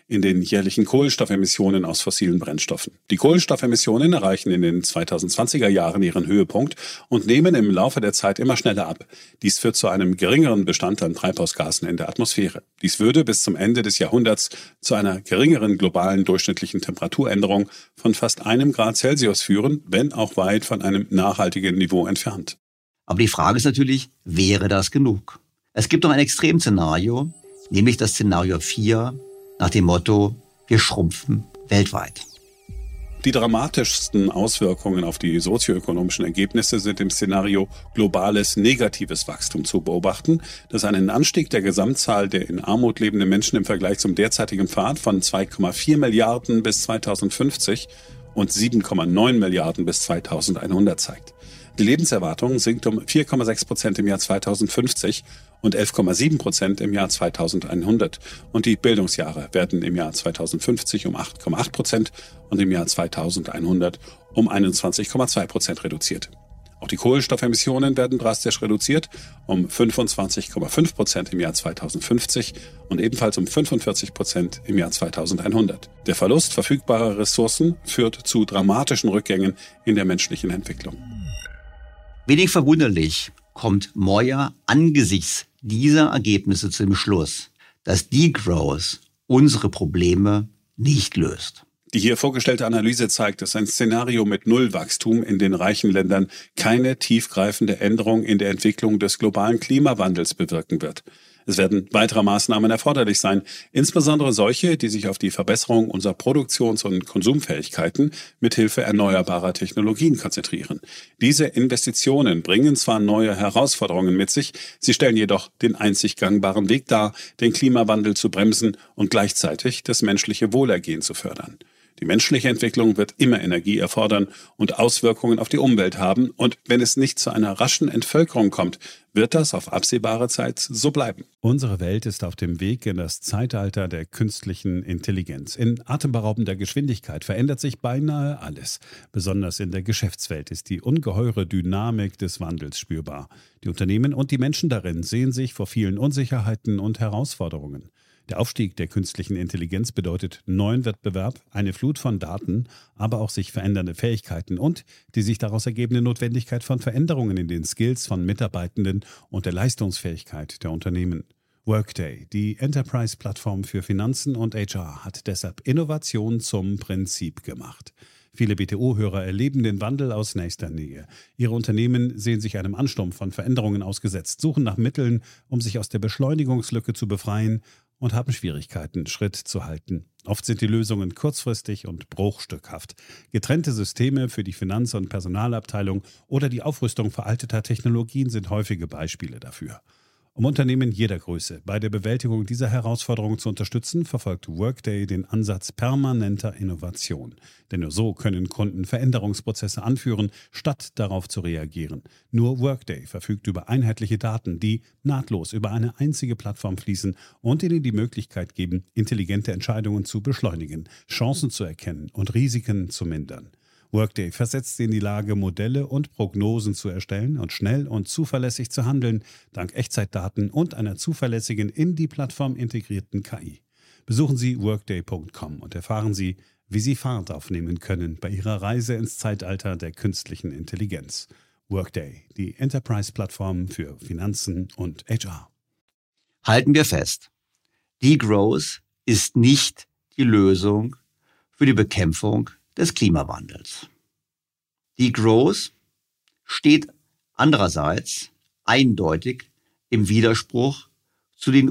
in den jährlichen Kohlenstoffemissionen aus fossilen Brennstoffen. Die Kohlenstoffemissionen erreichen in den 2020er Jahren ihren Höhepunkt und nehmen im Laufe der Zeit immer schneller ab. Dies führt zu einem geringeren Bestand an Treibhausgasen in der Atmosphäre. Dies würde bis zum Ende des Jahrhunderts zu einer geringeren globalen durchschnittlichen Temperaturänderung von fast 1 Grad Celsius führen, wenn auch weit von einem nachhaltigen Niveau entfernt. Aber die Frage ist natürlich, wäre das genug? Es gibt noch ein Extremszenario, nämlich das Szenario 4 nach dem Motto, wir schrumpfen weltweit. Die dramatischsten Auswirkungen auf die sozioökonomischen Ergebnisse sind im Szenario globales negatives Wachstum zu beobachten, das einen Anstieg der Gesamtzahl der in Armut lebenden Menschen im Vergleich zum derzeitigen Pfad von 2,4 Milliarden bis 2050 und 7,9 Milliarden bis 2100 zeigt. Die Lebenserwartung sinkt um 4,6% im Jahr 2050 und 11,7% im Jahr 2100. Und die Bildungsjahre werden im Jahr 2050 um 8,8% und im Jahr 2100 um 21,2% reduziert. Auch die Kohlenstoffemissionen werden drastisch reduziert, um 25,5% im Jahr 2050 und ebenfalls um 45% im Jahr 2100. Der Verlust verfügbarer Ressourcen führt zu dramatischen Rückgängen in der menschlichen Entwicklung. Wenig verwunderlich kommt Moyer angesichts dieser Ergebnisse zum Schluss, dass Degrowth unsere Probleme nicht löst. Die hier vorgestellte Analyse zeigt, dass ein Szenario mit Nullwachstum in den reichen Ländern keine tiefgreifende Änderung in der Entwicklung des globalen Klimawandels bewirken wird. Es werden weitere Maßnahmen erforderlich sein, insbesondere solche, die sich auf die Verbesserung unserer Produktions- und Konsumfähigkeiten mithilfe erneuerbarer Technologien konzentrieren. Diese Investitionen bringen zwar neue Herausforderungen mit sich, sie stellen jedoch den einzig gangbaren Weg dar, den Klimawandel zu bremsen und gleichzeitig das menschliche Wohlergehen zu fördern. Die menschliche Entwicklung wird immer Energie erfordern und Auswirkungen auf die Umwelt haben. Und wenn es nicht zu einer raschen Entvölkerung kommt, wird das auf absehbare Zeit so bleiben. Unsere Welt ist auf dem Weg in das Zeitalter der künstlichen Intelligenz. In atemberaubender Geschwindigkeit verändert sich beinahe alles. Besonders in der Geschäftswelt ist die ungeheure Dynamik des Wandels spürbar. Die Unternehmen und die Menschen darin sehen sich vor vielen Unsicherheiten und Herausforderungen. Der Aufstieg der künstlichen Intelligenz bedeutet neuen Wettbewerb, eine Flut von Daten, aber auch sich verändernde Fähigkeiten und die sich daraus ergebende Notwendigkeit von Veränderungen in den Skills von Mitarbeitenden und der Leistungsfähigkeit der Unternehmen. Workday, die Enterprise-Plattform für Finanzen und HR, hat deshalb Innovation zum Prinzip gemacht. Viele BTO-Hörer erleben den Wandel aus nächster Nähe. Ihre Unternehmen sehen sich einem Ansturm von Veränderungen ausgesetzt, suchen nach Mitteln, um sich aus der Beschleunigungslücke zu befreien und haben Schwierigkeiten, Schritt zu halten. Oft sind die Lösungen kurzfristig und bruchstückhaft. Getrennte Systeme für die Finanz- und Personalabteilung oder die Aufrüstung veralteter Technologien sind häufige Beispiele dafür. Um Unternehmen jeder Größe bei der Bewältigung dieser Herausforderungen zu unterstützen, verfolgt Workday den Ansatz permanenter Innovation. Denn nur so können Kunden Veränderungsprozesse anführen, statt darauf zu reagieren. Nur Workday verfügt über einheitliche Daten, die nahtlos über eine einzige Plattform fließen und ihnen die Möglichkeit geben, intelligente Entscheidungen zu beschleunigen, Chancen zu erkennen und Risiken zu mindern. Workday versetzt Sie in die Lage, Modelle und Prognosen zu erstellen und schnell und zuverlässig zu handeln, dank Echtzeitdaten und einer zuverlässigen in die Plattform integrierten KI. Besuchen Sie workday.com und erfahren Sie, wie Sie Fahrt aufnehmen können bei Ihrer Reise ins Zeitalter der künstlichen Intelligenz. Workday, die Enterprise-Plattform für Finanzen und HR. Halten wir fest, Degrowth ist nicht die Lösung für die Bekämpfung des Klimawandels. Degrowth steht andererseits eindeutig im Widerspruch zu den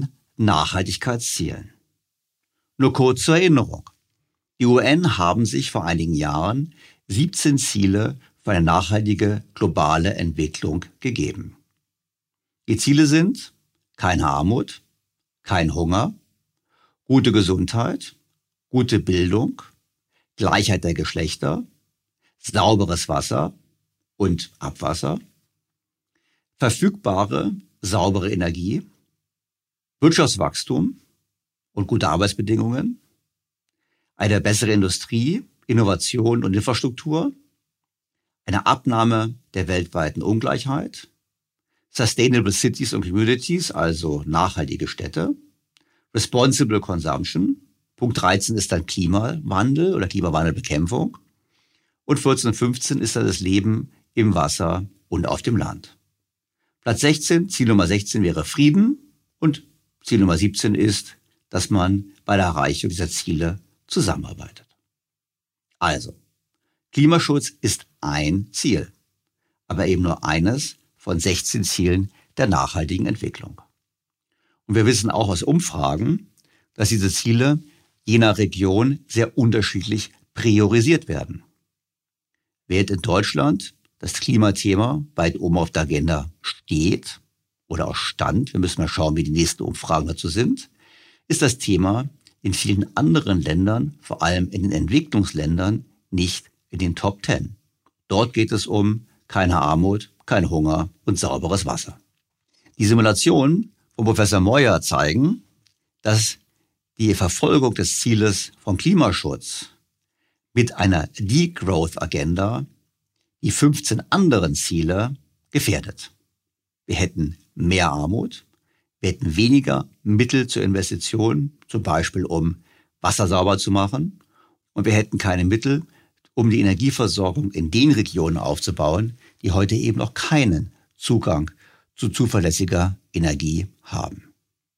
UN-Nachhaltigkeitszielen. Nur kurz zur Erinnerung. Die UN haben sich vor einigen Jahren 17 Ziele für eine nachhaltige globale Entwicklung gegeben. Die Ziele sind keine Armut, kein Hunger, gute Gesundheit, gute Bildung, Gleichheit der Geschlechter, sauberes Wasser und Abwasser, verfügbare, saubere Energie, Wirtschaftswachstum und gute Arbeitsbedingungen, eine bessere Industrie, Innovation und Infrastruktur, eine Abnahme der weltweiten Ungleichheit, Sustainable Cities und Communities, also nachhaltige Städte, Responsible Consumption, Punkt 13 ist dann Klimawandel oder Klimawandelbekämpfung. Und 14 und 15 ist dann das Leben im Wasser und auf dem Land. Platz 16, Ziel Nummer 16 wäre Frieden und Ziel Nummer 17 ist, dass man bei der Erreichung dieser Ziele zusammenarbeitet. Also, Klimaschutz ist ein Ziel, aber eben nur eines von 16 Zielen der nachhaltigen Entwicklung. Und wir wissen auch aus Umfragen, dass diese Ziele je nach Region sehr unterschiedlich priorisiert werden. Während in Deutschland das Klimathema weit oben auf der Agenda steht oder auch stand, wir müssen mal schauen, wie die nächsten Umfragen dazu sind, ist das Thema in vielen anderen Ländern, vor allem in den Entwicklungsländern, nicht in den Top 10. Dort geht es um keine Armut, kein Hunger und sauberes Wasser. Die Simulationen von Professor Moyer zeigen, dass die Verfolgung des Zieles von Klimaschutz mit einer Degrowth-Agenda die 15 anderen Ziele gefährdet. Wir hätten mehr Armut, wir hätten weniger Mittel zur Investition, zum Beispiel um Wasser sauber zu machen, und wir hätten keine Mittel, um die Energieversorgung in den Regionen aufzubauen, die heute eben noch keinen Zugang zu zuverlässiger Energie haben.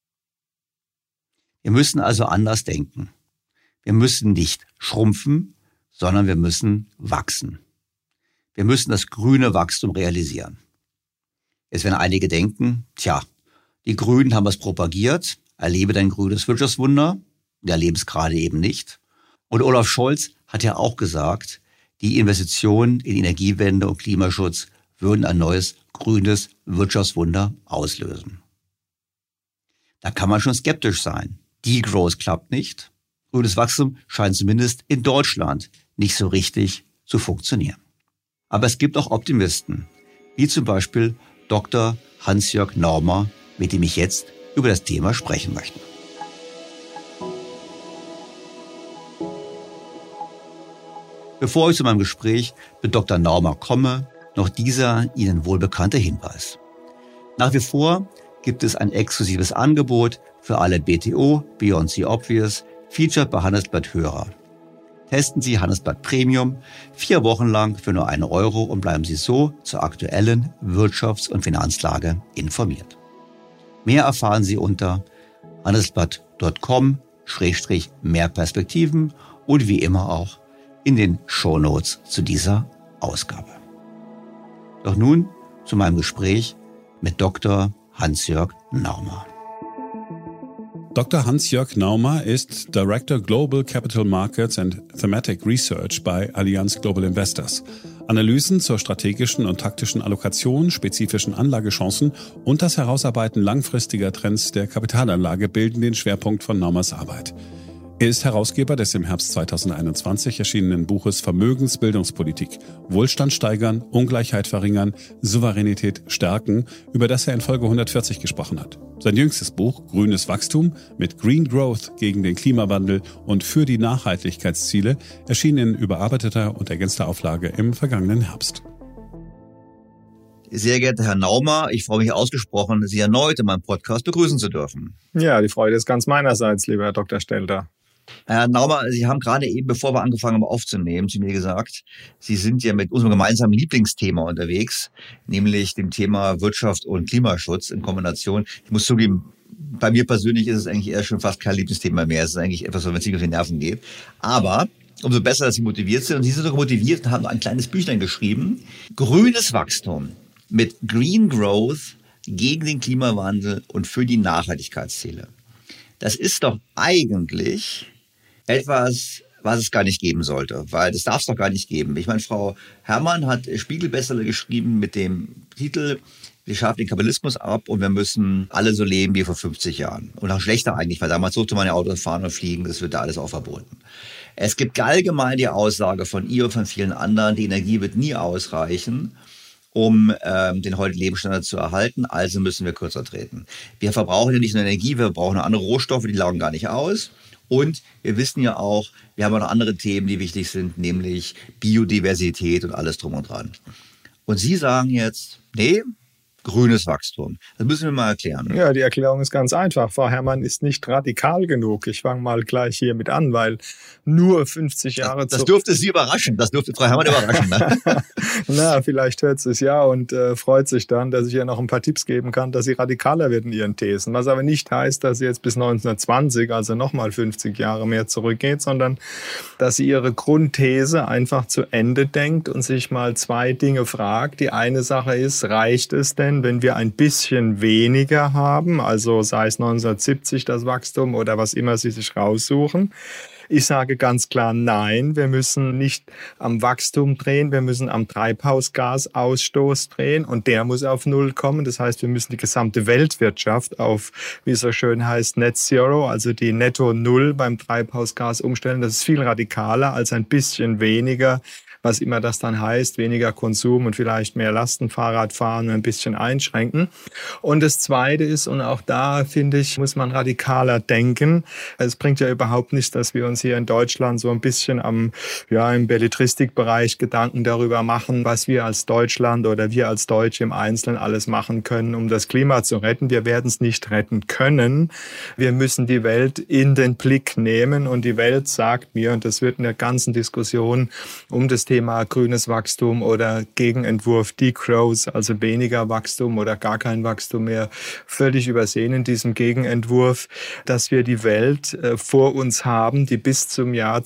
Wir müssen also anders denken. Wir müssen nicht schrumpfen, sondern wir müssen wachsen. Wir müssen das grüne Wachstum realisieren. Jetzt werden einige denken, die Grünen haben es propagiert, erlebe dein grünes Wirtschaftswunder. Wir erleben es gerade eben nicht. Und Olaf Scholz hat ja auch gesagt, die Investitionen in Energiewende und Klimaschutz würden ein neues grünes Wirtschaftswunder auslösen. Da kann man schon skeptisch sein. Degrowth klappt nicht. Grünes Wachstum scheint zumindest in Deutschland nicht so richtig zu funktionieren. Aber es gibt auch Optimisten, wie zum Beispiel Dr. Hans-Jörg Naumer, mit dem ich jetzt über das Thema sprechen möchte. Bevor ich zu meinem Gespräch mit Dr. Naumer komme, noch dieser Ihnen wohlbekannte Hinweis. Nach wie vor gibt es ein exklusives Angebot für alle BTO, Beyond the Obvious, Featured bei Handelsblatt Hörer. Testen Sie Handelsblatt Premium 4 Wochen lang für nur 1 € und bleiben Sie so zur aktuellen Wirtschafts- und Finanzlage informiert. Mehr erfahren Sie unter handelsblatt.com/mehr Perspektiven und wie immer auch in den Shownotes zu dieser Ausgabe. Doch nun zu meinem Gespräch mit Dr. Hans-Jörg Naumer. Dr. Hans-Jörg Naumer ist Director Global Capital Markets and Thematic Research bei Allianz Global Investors. Analysen zur strategischen und taktischen Allokation, spezifischen Anlagechancen und das Herausarbeiten langfristiger Trends der Kapitalanlage bilden den Schwerpunkt von Naumers Arbeit. Er ist Herausgeber des im Herbst 2021 erschienenen Buches Vermögensbildungspolitik, Wohlstand steigern, Ungleichheit verringern, Souveränität stärken, über das er in Folge 140 gesprochen hat. Sein jüngstes Buch Grünes Wachstum mit Green Growth gegen den Klimawandel und für die Nachhaltigkeitsziele erschien in überarbeiteter und ergänzter Auflage im vergangenen Herbst. Sehr geehrter Herr Naumer, ich freue mich ausgesprochen, Sie erneut in meinem Podcast begrüßen zu dürfen. Ja, die Freude ist ganz meinerseits, lieber Herr Dr. Stelter. Herr Naumer, Sie haben gerade eben, bevor wir angefangen haben aufzunehmen, zu mir gesagt, Sie sind ja mit unserem gemeinsamen Lieblingsthema unterwegs, nämlich dem Thema Wirtschaft und Klimaschutz in Kombination. Ich muss zugeben, bei mir persönlich ist es eigentlich eher schon fast kein Lieblingsthema mehr. Es ist eigentlich etwas, was mir auf die Nerven geht. Aber umso besser, dass Sie motiviert sind. Und Sie sind sogar motiviert und haben ein kleines Büchlein geschrieben. Grünes Wachstum mit Green Growth gegen den Klimawandel und für die Nachhaltigkeitsziele. Das ist doch eigentlich etwas, was es gar nicht geben sollte, weil das darf es doch gar nicht geben. Ich meine, Frau Herrmann hat Spiegel-Bestseller geschrieben mit dem Titel Wir schaffen den Kapitalismus ab und wir müssen alle so leben wie vor 50 Jahren. Und auch schlechter eigentlich, weil damals durfte man ja Autos fahren und fliegen, das wird da alles auch verboten. Es gibt allgemein die Aussage von ihr und von vielen anderen, die Energie wird nie ausreichen, um den heutigen Lebensstandard zu erhalten, also müssen wir kürzer treten. Wir verbrauchen ja nicht nur Energie, wir brauchen andere Rohstoffe, die laugen gar nicht aus. Und wir wissen ja auch, wir haben auch noch andere Themen, die wichtig sind, nämlich Biodiversität und alles drum und dran. Und Sie sagen jetzt, nee, grünes Wachstum? Das müssen wir mal erklären. Ja, die Erklärung ist ganz einfach. Frau Herrmann ist nicht radikal genug. Ich fange mal gleich hiermit an, weil nur 50 Jahre Das dürfte Sie überraschen. Das dürfte Frau Herrmann überraschen. Ne? Na, vielleicht hört sie es ja und freut sich dann, dass ich ihr noch ein paar Tipps geben kann, dass sie radikaler wird in ihren Thesen. Was aber nicht heißt, dass sie jetzt bis 1920, also nochmal 50 Jahre mehr zurückgeht, sondern dass sie ihre Grundthese einfach zu Ende denkt und sich mal zwei Dinge fragt. Die eine Sache ist, reicht es denn, wenn wir ein bisschen weniger haben, also sei es 1970 das Wachstum oder was immer Sie sich raussuchen? Ich sage ganz klar nein, wir müssen nicht am Wachstum drehen, wir müssen am Treibhausgasausstoß drehen und der muss auf Null kommen. Das heißt, wir müssen die gesamte Weltwirtschaft auf, wie es so schön heißt, Net Zero, also die Netto Null beim Treibhausgas umstellen. Das ist viel radikaler als ein bisschen weniger, was immer das dann heißt, weniger Konsum und vielleicht mehr Lastenfahrrad fahren und ein bisschen einschränken. Und das Zweite ist, und auch da, finde ich, muss man radikaler denken. Es bringt ja überhaupt nichts, dass wir uns hier in Deutschland so ein bisschen im Belletristikbereich Gedanken darüber machen, was wir als Deutschland oder wir als Deutsche im Einzelnen alles machen können, um das Klima zu retten. Wir werden es nicht retten können. Wir müssen die Welt in den Blick nehmen und die Welt sagt mir, und das wird in der ganzen Diskussion um das Thema grünes Wachstum oder Gegenentwurf Degrowth, also weniger Wachstum oder gar kein Wachstum mehr, völlig übersehen in diesem Gegenentwurf, dass wir die Welt vor uns haben, die bis zum Jahr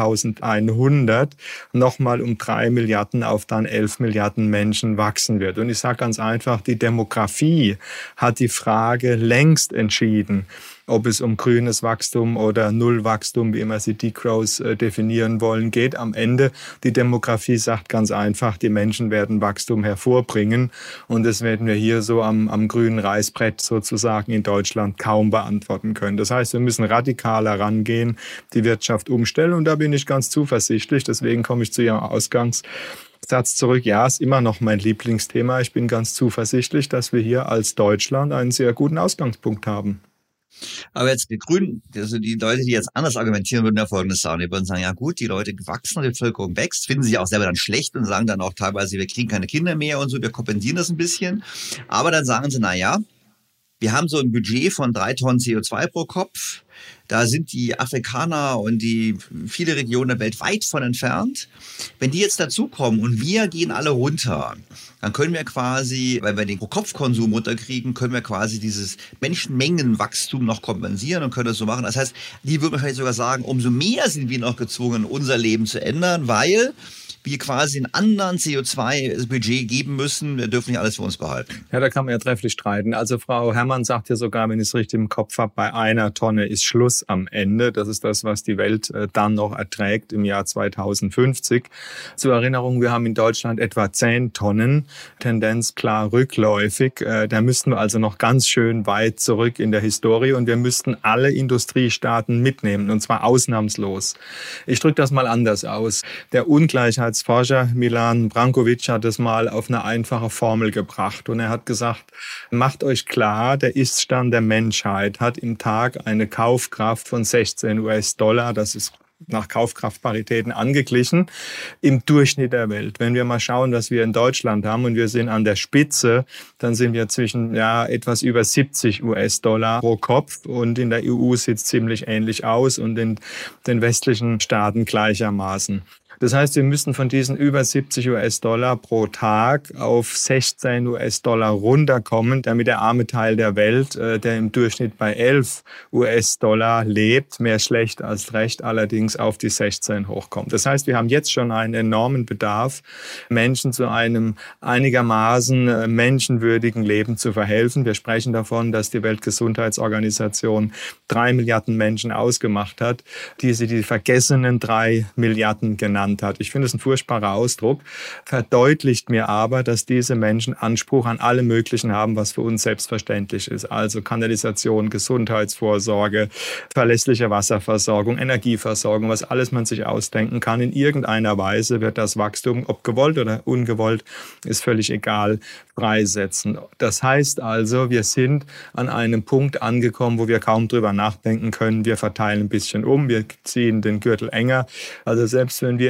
2100 nochmal um 3 Milliarden auf dann 11 Milliarden Menschen wachsen wird. Und ich sage ganz einfach, die Demografie hat die Frage längst entschieden, ob es um grünes Wachstum oder Nullwachstum, wie immer Sie Degrowth definieren wollen, geht. Am Ende, die Demografie sagt ganz einfach, die Menschen werden Wachstum hervorbringen. Und das werden wir hier so am grünen Reißbrett sozusagen in Deutschland kaum beantworten können. Das heißt, wir müssen radikaler rangehen, die Wirtschaft umstellen. Und da bin ich ganz zuversichtlich. Deswegen komme ich zu Ihrem Ausgangssatz zurück. Ja, ist immer noch mein Lieblingsthema. Ich bin ganz zuversichtlich, dass wir hier als Deutschland einen sehr guten Ausgangspunkt haben. Aber jetzt die Grünen, also die Leute, die jetzt anders argumentieren, würden ja Folgendes sagen. Die würden sagen, ja gut, die Leute wachsen, die Bevölkerung wächst, finden sich auch selber dann schlecht und sagen dann auch teilweise, wir kriegen keine Kinder mehr und so, wir kompensieren das ein bisschen. Aber dann sagen sie, na ja, wir haben so ein Budget von 3 Tonnen CO2 pro Kopf. Da sind die Afrikaner und die viele Regionen der Welt weit von entfernt. Wenn die jetzt dazukommen und wir gehen alle runter, dann können wir quasi, weil wir den Pro-Kopf-Konsum runterkriegen, können wir quasi dieses Menschenmengenwachstum noch kompensieren und können das so machen. Das heißt, die würden vielleicht sogar sagen, umso mehr sind wir noch gezwungen, unser Leben zu ändern, weil wir quasi einen anderen CO2-Budget geben müssen. Wir dürfen nicht alles für uns behalten. Ja, da kann man ja trefflich streiten. Also Frau Herrmann sagt ja sogar, wenn ich es richtig im Kopf habe, bei 1 Tonne ist Schluss am Ende. Das ist das, was die Welt dann noch erträgt im Jahr 2050. Zur Erinnerung, wir haben in Deutschland etwa 10 Tonnen, Tendenz klar rückläufig. Da müssten wir also noch ganz schön weit zurück in der Historie und wir müssten alle Industriestaaten mitnehmen, und zwar ausnahmslos. Ich drücke das mal anders aus. Der Ungleichheitsforscher Milan Brankovic hat es mal auf eine einfache Formel gebracht und er hat gesagt, macht euch klar, der Iststand der Menschheit hat im Tag eine Kaufkraft von 16 US-Dollar, das ist nach Kaufkraftparitäten angeglichen, im Durchschnitt der Welt. Wenn wir mal schauen, was wir in Deutschland haben und wir sind an der Spitze, dann sind wir zwischen etwas über 70 US-Dollar pro Kopf und in der EU sieht es ziemlich ähnlich aus und in den westlichen Staaten gleichermaßen. Das heißt, wir müssen von diesen über 70 US-Dollar pro Tag auf 16 US-Dollar runterkommen, damit der arme Teil der Welt, der im Durchschnitt bei 11 US-Dollar lebt, mehr schlecht als recht, allerdings auf die 16 hochkommt. Das heißt, wir haben jetzt schon einen enormen Bedarf, Menschen zu einem einigermaßen menschenwürdigen Leben zu verhelfen. Wir sprechen davon, dass die Weltgesundheitsorganisation 3 Milliarden Menschen ausgemacht hat, die sie die vergessenen 3 Milliarden genannt hat. Ich finde es ein furchtbarer Ausdruck, verdeutlicht mir aber, dass diese Menschen Anspruch an alle möglichen haben, was für uns selbstverständlich ist. Also Kanalisation, Gesundheitsvorsorge, verlässliche Wasserversorgung, Energieversorgung, was alles man sich ausdenken kann. In irgendeiner Weise wird das Wachstum, ob gewollt oder ungewollt, ist völlig egal, freisetzen. Das heißt also, wir sind an einem Punkt angekommen, wo wir kaum drüber nachdenken können. Wir verteilen ein bisschen um, wir ziehen den Gürtel enger. Also selbst wenn wir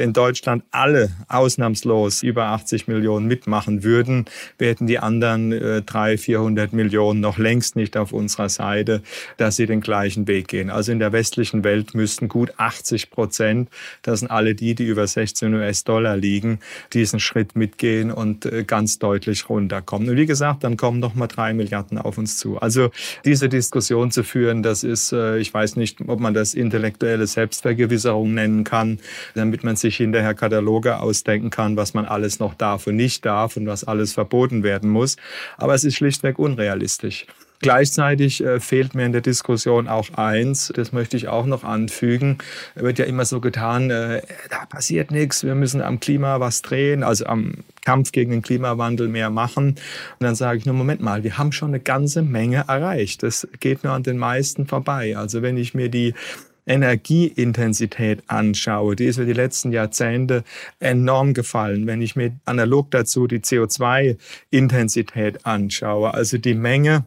in Deutschland alle ausnahmslos über 80 Millionen mitmachen würden, wären die anderen 300-400 Millionen noch längst nicht auf unserer Seite, dass sie den gleichen Weg gehen. Also in der westlichen Welt müssten gut 80%, das sind alle die über 16 US-Dollar liegen, diesen Schritt mitgehen und ganz deutlich runterkommen. Und wie gesagt, dann kommen noch mal 3 Milliarden auf uns zu. Also diese Diskussion zu führen, das ist, ich weiß nicht, ob man das intellektuelle Selbstvergewisserung nennen kann, damit man sich hinterher Kataloge ausdenken kann, was man alles noch darf und nicht darf und was alles verboten werden muss. Aber es ist schlichtweg unrealistisch. Gleichzeitig fehlt mir in der Diskussion auch eins, das möchte ich auch noch anfügen. Es wird ja immer so getan, da passiert nichts, wir müssen am Klima was drehen, also am Kampf gegen den Klimawandel mehr machen. Und dann sage ich nur, Moment mal, wir haben schon eine ganze Menge erreicht. Das geht nur an den meisten vorbei. Also wenn ich mir die Energieintensität anschaue, die ist über die letzten Jahrzehnte enorm gefallen. Wenn ich mir analog dazu die CO2-Intensität anschaue, also die Menge,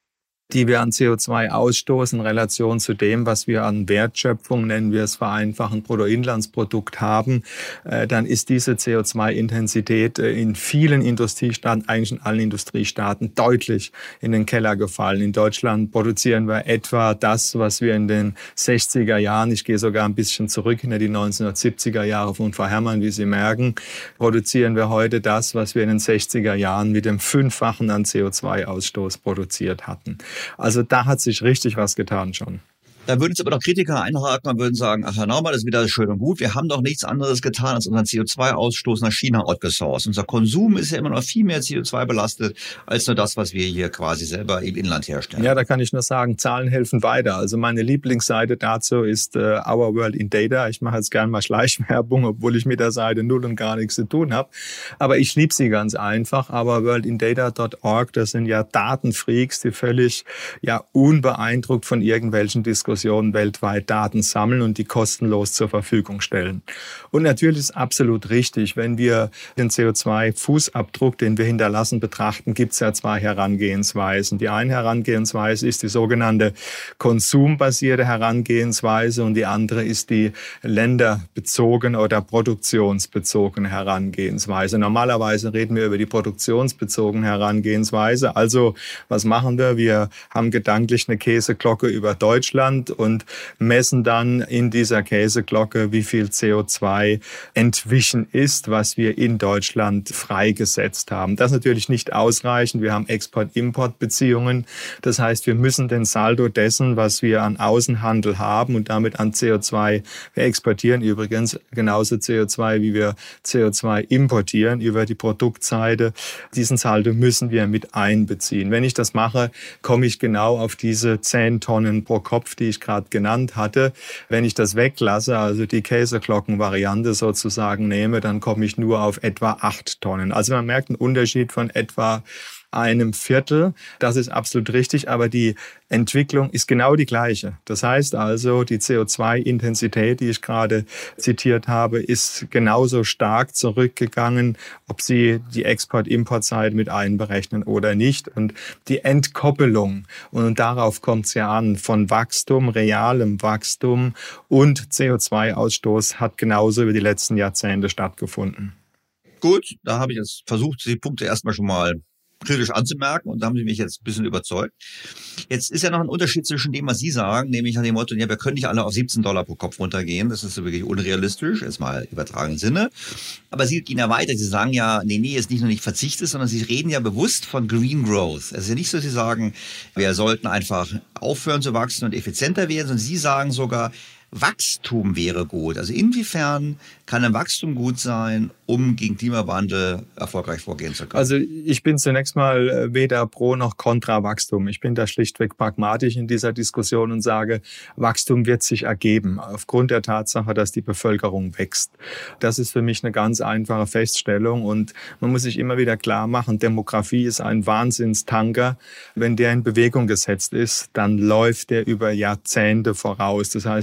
die wir an CO2 ausstoßen, in Relation zu dem, was wir an Wertschöpfung, nennen wir es vereinfachend, Bruttoinlandsprodukt haben, dann ist diese CO2-Intensität in vielen Industriestaaten, eigentlich in allen Industriestaaten, deutlich in den Keller gefallen. In Deutschland produzieren wir etwa das, was wir in den 60er Jahren, ich gehe sogar ein bisschen zurück in die 1970er Jahre von Frau Herrmann, wie Sie merken, produzieren wir heute das, was wir in den 60er Jahren mit dem 5-fachen an CO2-Ausstoß produziert hatten. Also da hat sich richtig was getan schon. Da würden jetzt aber doch Kritiker einhaken und würden sagen, ach Herr Naumann, das ist wieder schön und gut. Wir haben doch nichts anderes getan, als unseren CO2-Ausstoß nach China outgesourced. Unser Konsum ist ja immer noch viel mehr CO2 belastet, als nur das, was wir hier quasi selber im Inland herstellen. Ja, da kann ich nur sagen, Zahlen helfen weiter. Also meine Lieblingsseite dazu ist Our World in Data. Ich mache jetzt gerne mal Schleichwerbung, obwohl ich mit der Seite null und gar nichts zu tun habe. Aber ich liebe sie ganz einfach. ourworldindata.org, das sind ja Datenfreaks, die völlig unbeeindruckt von irgendwelchen Diskussionen weltweit Daten sammeln und die kostenlos zur Verfügung stellen. Und natürlich ist absolut richtig, wenn wir den CO2-Fußabdruck, den wir hinterlassen, betrachten, gibt es ja 2 Herangehensweisen. Die eine Herangehensweise ist die sogenannte konsumbasierte Herangehensweise und die andere ist die länderbezogene oder produktionsbezogene Herangehensweise. Normalerweise reden wir über die produktionsbezogene Herangehensweise. Also was machen wir? Wir haben gedanklich eine Käseglocke über Deutschland und messen dann in dieser Käseglocke, wie viel CO2 entwichen ist, was wir in Deutschland freigesetzt haben. Das ist natürlich nicht ausreichend. Wir haben Export-Import-Beziehungen. Das heißt, wir müssen den Saldo dessen, was wir an Außenhandel haben und damit an CO2, wir exportieren übrigens genauso CO2, wie wir CO2 importieren über die Produktseite. Diesen Saldo müssen wir mit einbeziehen. Wenn ich das mache, komme ich genau auf diese 10 Tonnen pro Kopf, die ich gerade genannt hatte. Wenn ich das weglasse, also die Käseglockenvariante sozusagen nehme, dann komme ich nur auf etwa 8 Tonnen. Also man merkt einen Unterschied von etwa einem Viertel. Das ist absolut richtig, aber die Entwicklung ist genau die gleiche. Das heißt also, die CO2-Intensität, die ich gerade zitiert habe, ist genauso stark zurückgegangen, ob Sie die Export-Import-Seite mit einberechnen oder nicht. Und die Entkoppelung, und darauf kommt es ja an, von Wachstum, realem Wachstum und CO2-Ausstoß hat genauso über die letzten Jahrzehnte stattgefunden. Gut, da habe ich jetzt versucht, die Punkte erstmal schon mal kritisch anzumerken und da haben Sie mich jetzt ein bisschen überzeugt. Jetzt ist ja noch ein Unterschied zwischen dem, was Sie sagen, nämlich nach dem Motto, ja, wir können nicht alle auf $17 pro Kopf runtergehen. Das ist wirklich unrealistisch, jetzt mal im übertragenen Sinne. Aber Sie gehen ja weiter. Sie sagen ja, nee, jetzt nicht nur nicht verzichtet, sondern Sie reden ja bewusst von Green Growth. Es ist ja nicht so, dass Sie sagen, wir sollten einfach aufhören zu wachsen und effizienter werden, sondern Sie sagen sogar, Wachstum wäre gut. Also inwiefern kann ein Wachstum gut sein, um gegen Klimawandel erfolgreich vorgehen zu können? Also ich bin zunächst mal weder pro noch kontra Wachstum. Ich bin da schlichtweg pragmatisch in dieser Diskussion und sage, Wachstum wird sich ergeben, aufgrund der Tatsache, dass die Bevölkerung wächst. Das ist für mich eine ganz einfache Feststellung und man muss sich immer wieder klar machen, Demografie ist ein Wahnsinnstanker. Wenn der in Bewegung gesetzt ist, dann läuft der über Jahrzehnte voraus. Das heißt, die Prognosen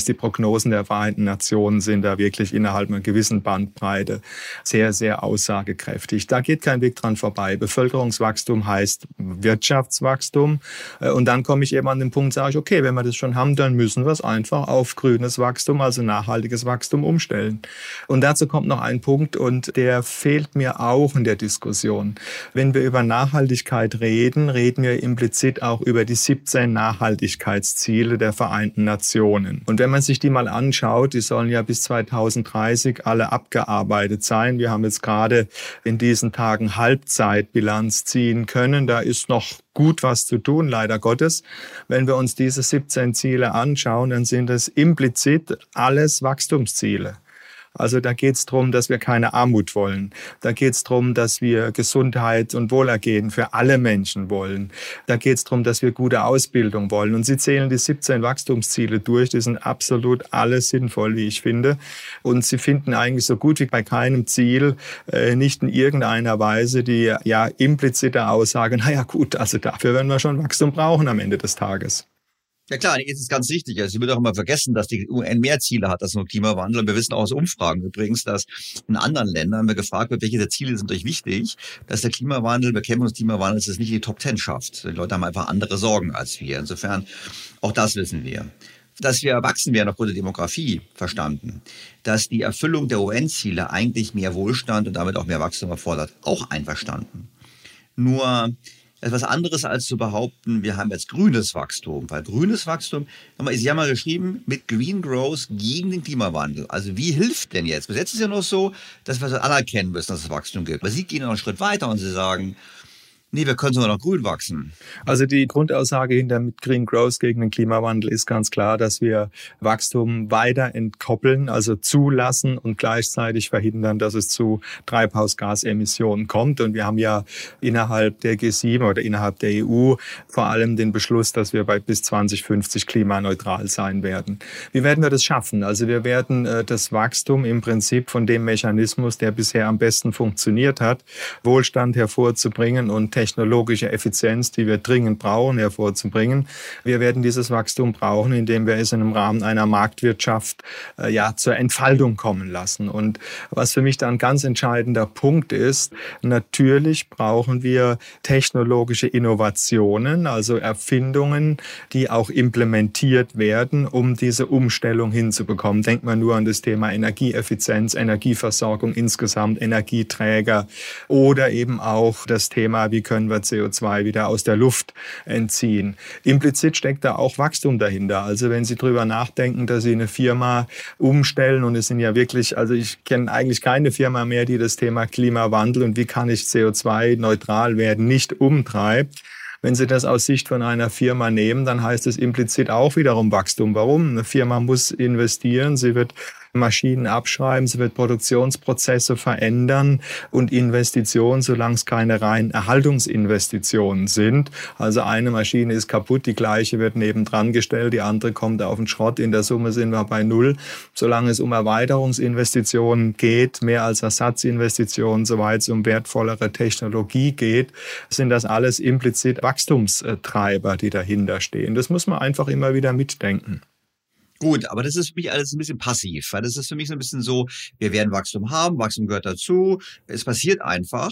Prognosen der Vereinten Nationen sind da wirklich innerhalb einer gewissen Bandbreite sehr, sehr aussagekräftig. Da geht kein Weg dran vorbei. Bevölkerungswachstum heißt Wirtschaftswachstum. Und dann komme ich eben an den Punkt, sage ich, okay, wenn wir das schon haben, dann müssen wir es einfach auf grünes Wachstum, also nachhaltiges Wachstum umstellen. Und dazu kommt noch ein Punkt und der fehlt mir auch in der Diskussion. Wenn wir über Nachhaltigkeit reden, reden wir implizit auch über die 17 Nachhaltigkeitsziele der Vereinten Nationen. Und wenn man sich die mal anschaut, die sollen ja bis 2030 alle abgearbeitet sein. Wir haben jetzt gerade in diesen Tagen Halbzeitbilanz ziehen können. Da ist noch gut was zu tun, leider Gottes. Wenn wir uns diese 17 Ziele anschauen, dann sind es implizit alles Wachstumsziele. Also da geht es darum, dass wir keine Armut wollen. Da geht es darum, dass wir Gesundheit und Wohlergehen für alle Menschen wollen. Da geht es darum, dass wir gute Ausbildung wollen. Und Sie zählen die 17 Wachstumsziele durch. Die sind absolut alle sinnvoll, wie ich finde. Und Sie finden eigentlich so gut wie bei keinem Ziel nicht in irgendeiner Weise die implizite Aussage, naja gut, also dafür werden wir schon Wachstum brauchen am Ende des Tages. Ja klar, jetzt ist ganz wichtig. Also, Sie wird auch immer vergessen, dass die UN mehr Ziele hat als nur Klimawandel. Und wir wissen auch aus Umfragen übrigens, dass in anderen Ländern, wenn wir gefragt wird, welche der Ziele sind euch wichtig, dass der Bekämpfung des Klimawandels es nicht in die Top 10 schafft. Die Leute haben einfach andere Sorgen als wir. Insofern, auch das wissen wir. Dass wir erwachsen werden aufgrund der Demografie, verstanden. Dass die Erfüllung der UN-Ziele eigentlich mehr Wohlstand und damit auch mehr Wachstum erfordert, auch einverstanden. Nur etwas anderes als zu behaupten, wir haben jetzt grünes Wachstum. Weil grünes Wachstum, Sie haben mal geschrieben, mit Green Growth gegen den Klimawandel. Also wie hilft denn jetzt? Bis jetzt ist es ja noch so, dass wir das anerkennen müssen, dass es Wachstum gibt. Aber Sie gehen noch einen Schritt weiter und Sie sagen, nee, wir können sogar noch grün wachsen. Also die Grundaussage hinter mit Green Growth gegen den Klimawandel ist ganz klar, dass wir Wachstum weiter entkoppeln, also zulassen und gleichzeitig verhindern, dass es zu Treibhausgasemissionen kommt. Und wir haben ja innerhalb der G7 oder innerhalb der EU vor allem den Beschluss, dass wir bei bis 2050 klimaneutral sein werden. Wie werden wir das schaffen? Also wir werden das Wachstum im Prinzip von dem Mechanismus, der bisher am besten funktioniert hat, Wohlstand hervorzubringen und technologische Effizienz, die wir dringend brauchen, hervorzubringen. Wir werden dieses Wachstum brauchen, indem wir es im Rahmen einer Marktwirtschaft zur Entfaltung kommen lassen. Und was für mich da ein ganz entscheidender Punkt ist, natürlich brauchen wir technologische Innovationen, also Erfindungen, die auch implementiert werden, um diese Umstellung hinzubekommen. Denkt man nur an das Thema Energieeffizienz, Energieversorgung insgesamt, Energieträger oder eben auch das Thema, wie können wir CO2 wieder aus der Luft entziehen. Implizit steckt da auch Wachstum dahinter. Also wenn Sie drüber nachdenken, dass Sie eine Firma umstellen und es sind ja wirklich, also ich kenne eigentlich keine Firma mehr, die das Thema Klimawandel und wie kann ich CO2-neutral werden, nicht umtreibt. Wenn Sie das aus Sicht von einer Firma nehmen, dann heißt es implizit auch wiederum Wachstum. Warum? Eine Firma muss investieren, sie wird Maschinen abschreiben, sie wird Produktionsprozesse verändern und Investitionen, solange es keine reinen Erhaltungsinvestitionen sind. Also eine Maschine ist kaputt, die gleiche wird nebendran gestellt, die andere kommt auf den Schrott. In der Summe sind wir bei null. Solange es um Erweiterungsinvestitionen geht, mehr als Ersatzinvestitionen, soweit es um wertvollere Technologie geht, sind das alles implizit Wachstumstreiber, die dahinter stehen. Das muss man einfach immer wieder mitdenken. Gut, aber das ist für mich alles ein bisschen passiv, weil das ist für mich so ein bisschen so, wir werden Wachstum haben, Wachstum gehört dazu, es passiert einfach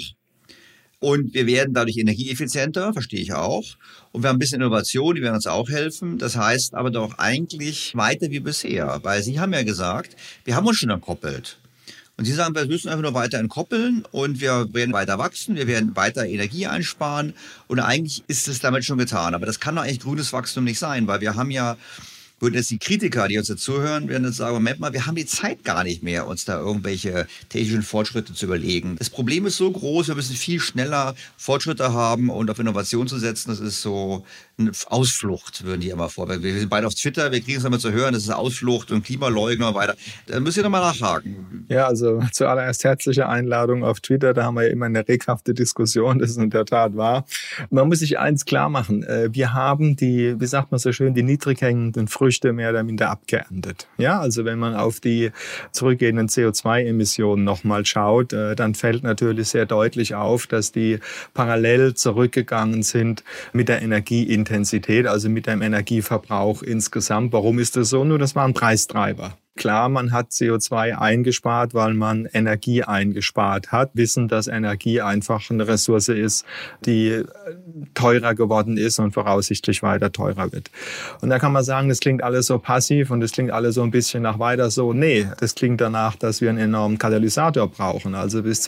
und wir werden dadurch energieeffizienter, verstehe ich auch, und wir haben ein bisschen Innovation, die werden uns auch helfen, das heißt aber doch eigentlich weiter wie bisher, weil Sie haben ja gesagt, wir haben uns schon entkoppelt. Und Sie sagen, wir müssen einfach nur weiter entkoppeln und wir werden weiter wachsen, wir werden weiter Energie einsparen und eigentlich ist es damit schon getan. Aber das kann doch eigentlich grünes Wachstum nicht sein, weil wir haben ja, würden jetzt die Kritiker, die uns jetzt zuhören, werden jetzt sagen, Moment mal, wir haben die Zeit gar nicht mehr, uns da irgendwelche technischen Fortschritte zu überlegen. Das Problem ist so groß, wir müssen viel schneller Fortschritte haben und auf Innovation zu setzen, das ist so eine Ausflucht, würden die immer vorwerfen. Wir sind beide auf Twitter, wir kriegen es immer zu hören, das ist Ausflucht und Klimaleugner und weiter. Da müsst ihr nochmal nachhaken. Ja, also zuallererst herzliche Einladung auf Twitter, da haben wir ja immer eine reghafte Diskussion, das ist in der Tat wahr. Man muss sich eins klar machen, wir haben die, wie sagt man so schön, die niedrig hängenden Früchte Früchte mehr oder minder abgeerntet. Ja, also wenn man auf die zurückgehenden CO2-Emissionen nochmal schaut, dann fällt natürlich sehr deutlich auf, dass die parallel zurückgegangen sind mit der Energieintensität, also mit dem Energieverbrauch insgesamt. Warum ist das so? Nur das war ein Preistreiber. Klar, man hat CO2 eingespart, weil man Energie eingespart hat. Wissen, dass Energie einfach eine Ressource ist, die teurer geworden ist und voraussichtlich weiter teurer wird. Und da kann man sagen, das klingt alles so passiv und das klingt alles so ein bisschen nach weiter so. Nee, das klingt danach, dass wir einen enormen Katalysator brauchen. Also bis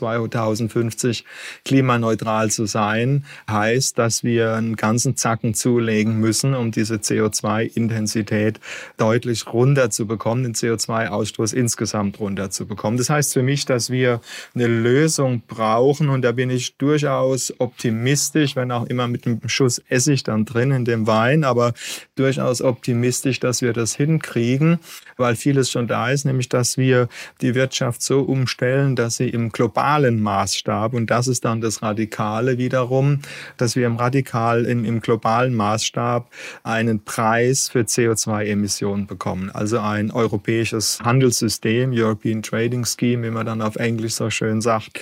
2050 klimaneutral zu sein, heißt, dass wir einen ganzen Zacken zulegen müssen, um diese CO2-Intensität deutlich runter zu bekommen, den CO2-Ausstoß insgesamt runterzubekommen. Das heißt für mich, dass wir eine Lösung brauchen und da bin ich durchaus optimistisch, wenn auch immer mit einem Schuss Essig dann drin in dem Wein, aber durchaus optimistisch, dass wir das hinkriegen, weil vieles schon da ist, nämlich dass wir die Wirtschaft so umstellen, dass sie im globalen Maßstab, und das ist dann das Radikale wiederum, dass wir im globalen Maßstab einen Preis für CO2-Emissionen bekommen, also ein europäisches Handelssystem, European Trading Scheme, wie man dann auf Englisch so schön sagt,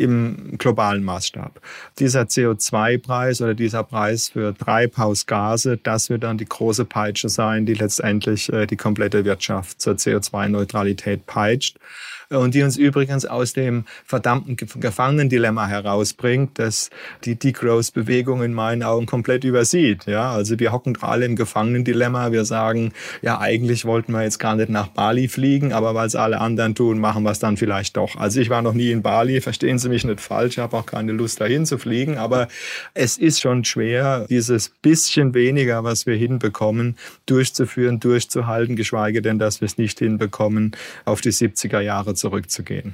im globalen Maßstab. Dieser CO2-Preis oder dieser Preis für Treibhausgase, das wird dann die große Peitsche sein, die letztendlich die komplette Wirtschaft zur CO2-Neutralität peitscht. Und die uns übrigens aus dem verdammten Gefangenendilemma herausbringt, das die Degrowth-Bewegung in meinen Augen komplett übersieht. Ja, also wir hocken alle im Gefangenendilemma. Wir sagen, ja, eigentlich wollten wir jetzt gar nicht nach Bali fliegen, aber weil es alle anderen tun, machen wir es dann vielleicht doch. Also ich war noch nie in Bali, verstehen Sie mich nicht falsch, ich habe auch keine Lust dahin zu fliegen, aber es ist schon schwer, dieses bisschen weniger, was wir hinbekommen, durchzuführen, durchzuhalten, geschweige denn, dass wir es nicht hinbekommen, auf die 70er Jahre zurückzugehen.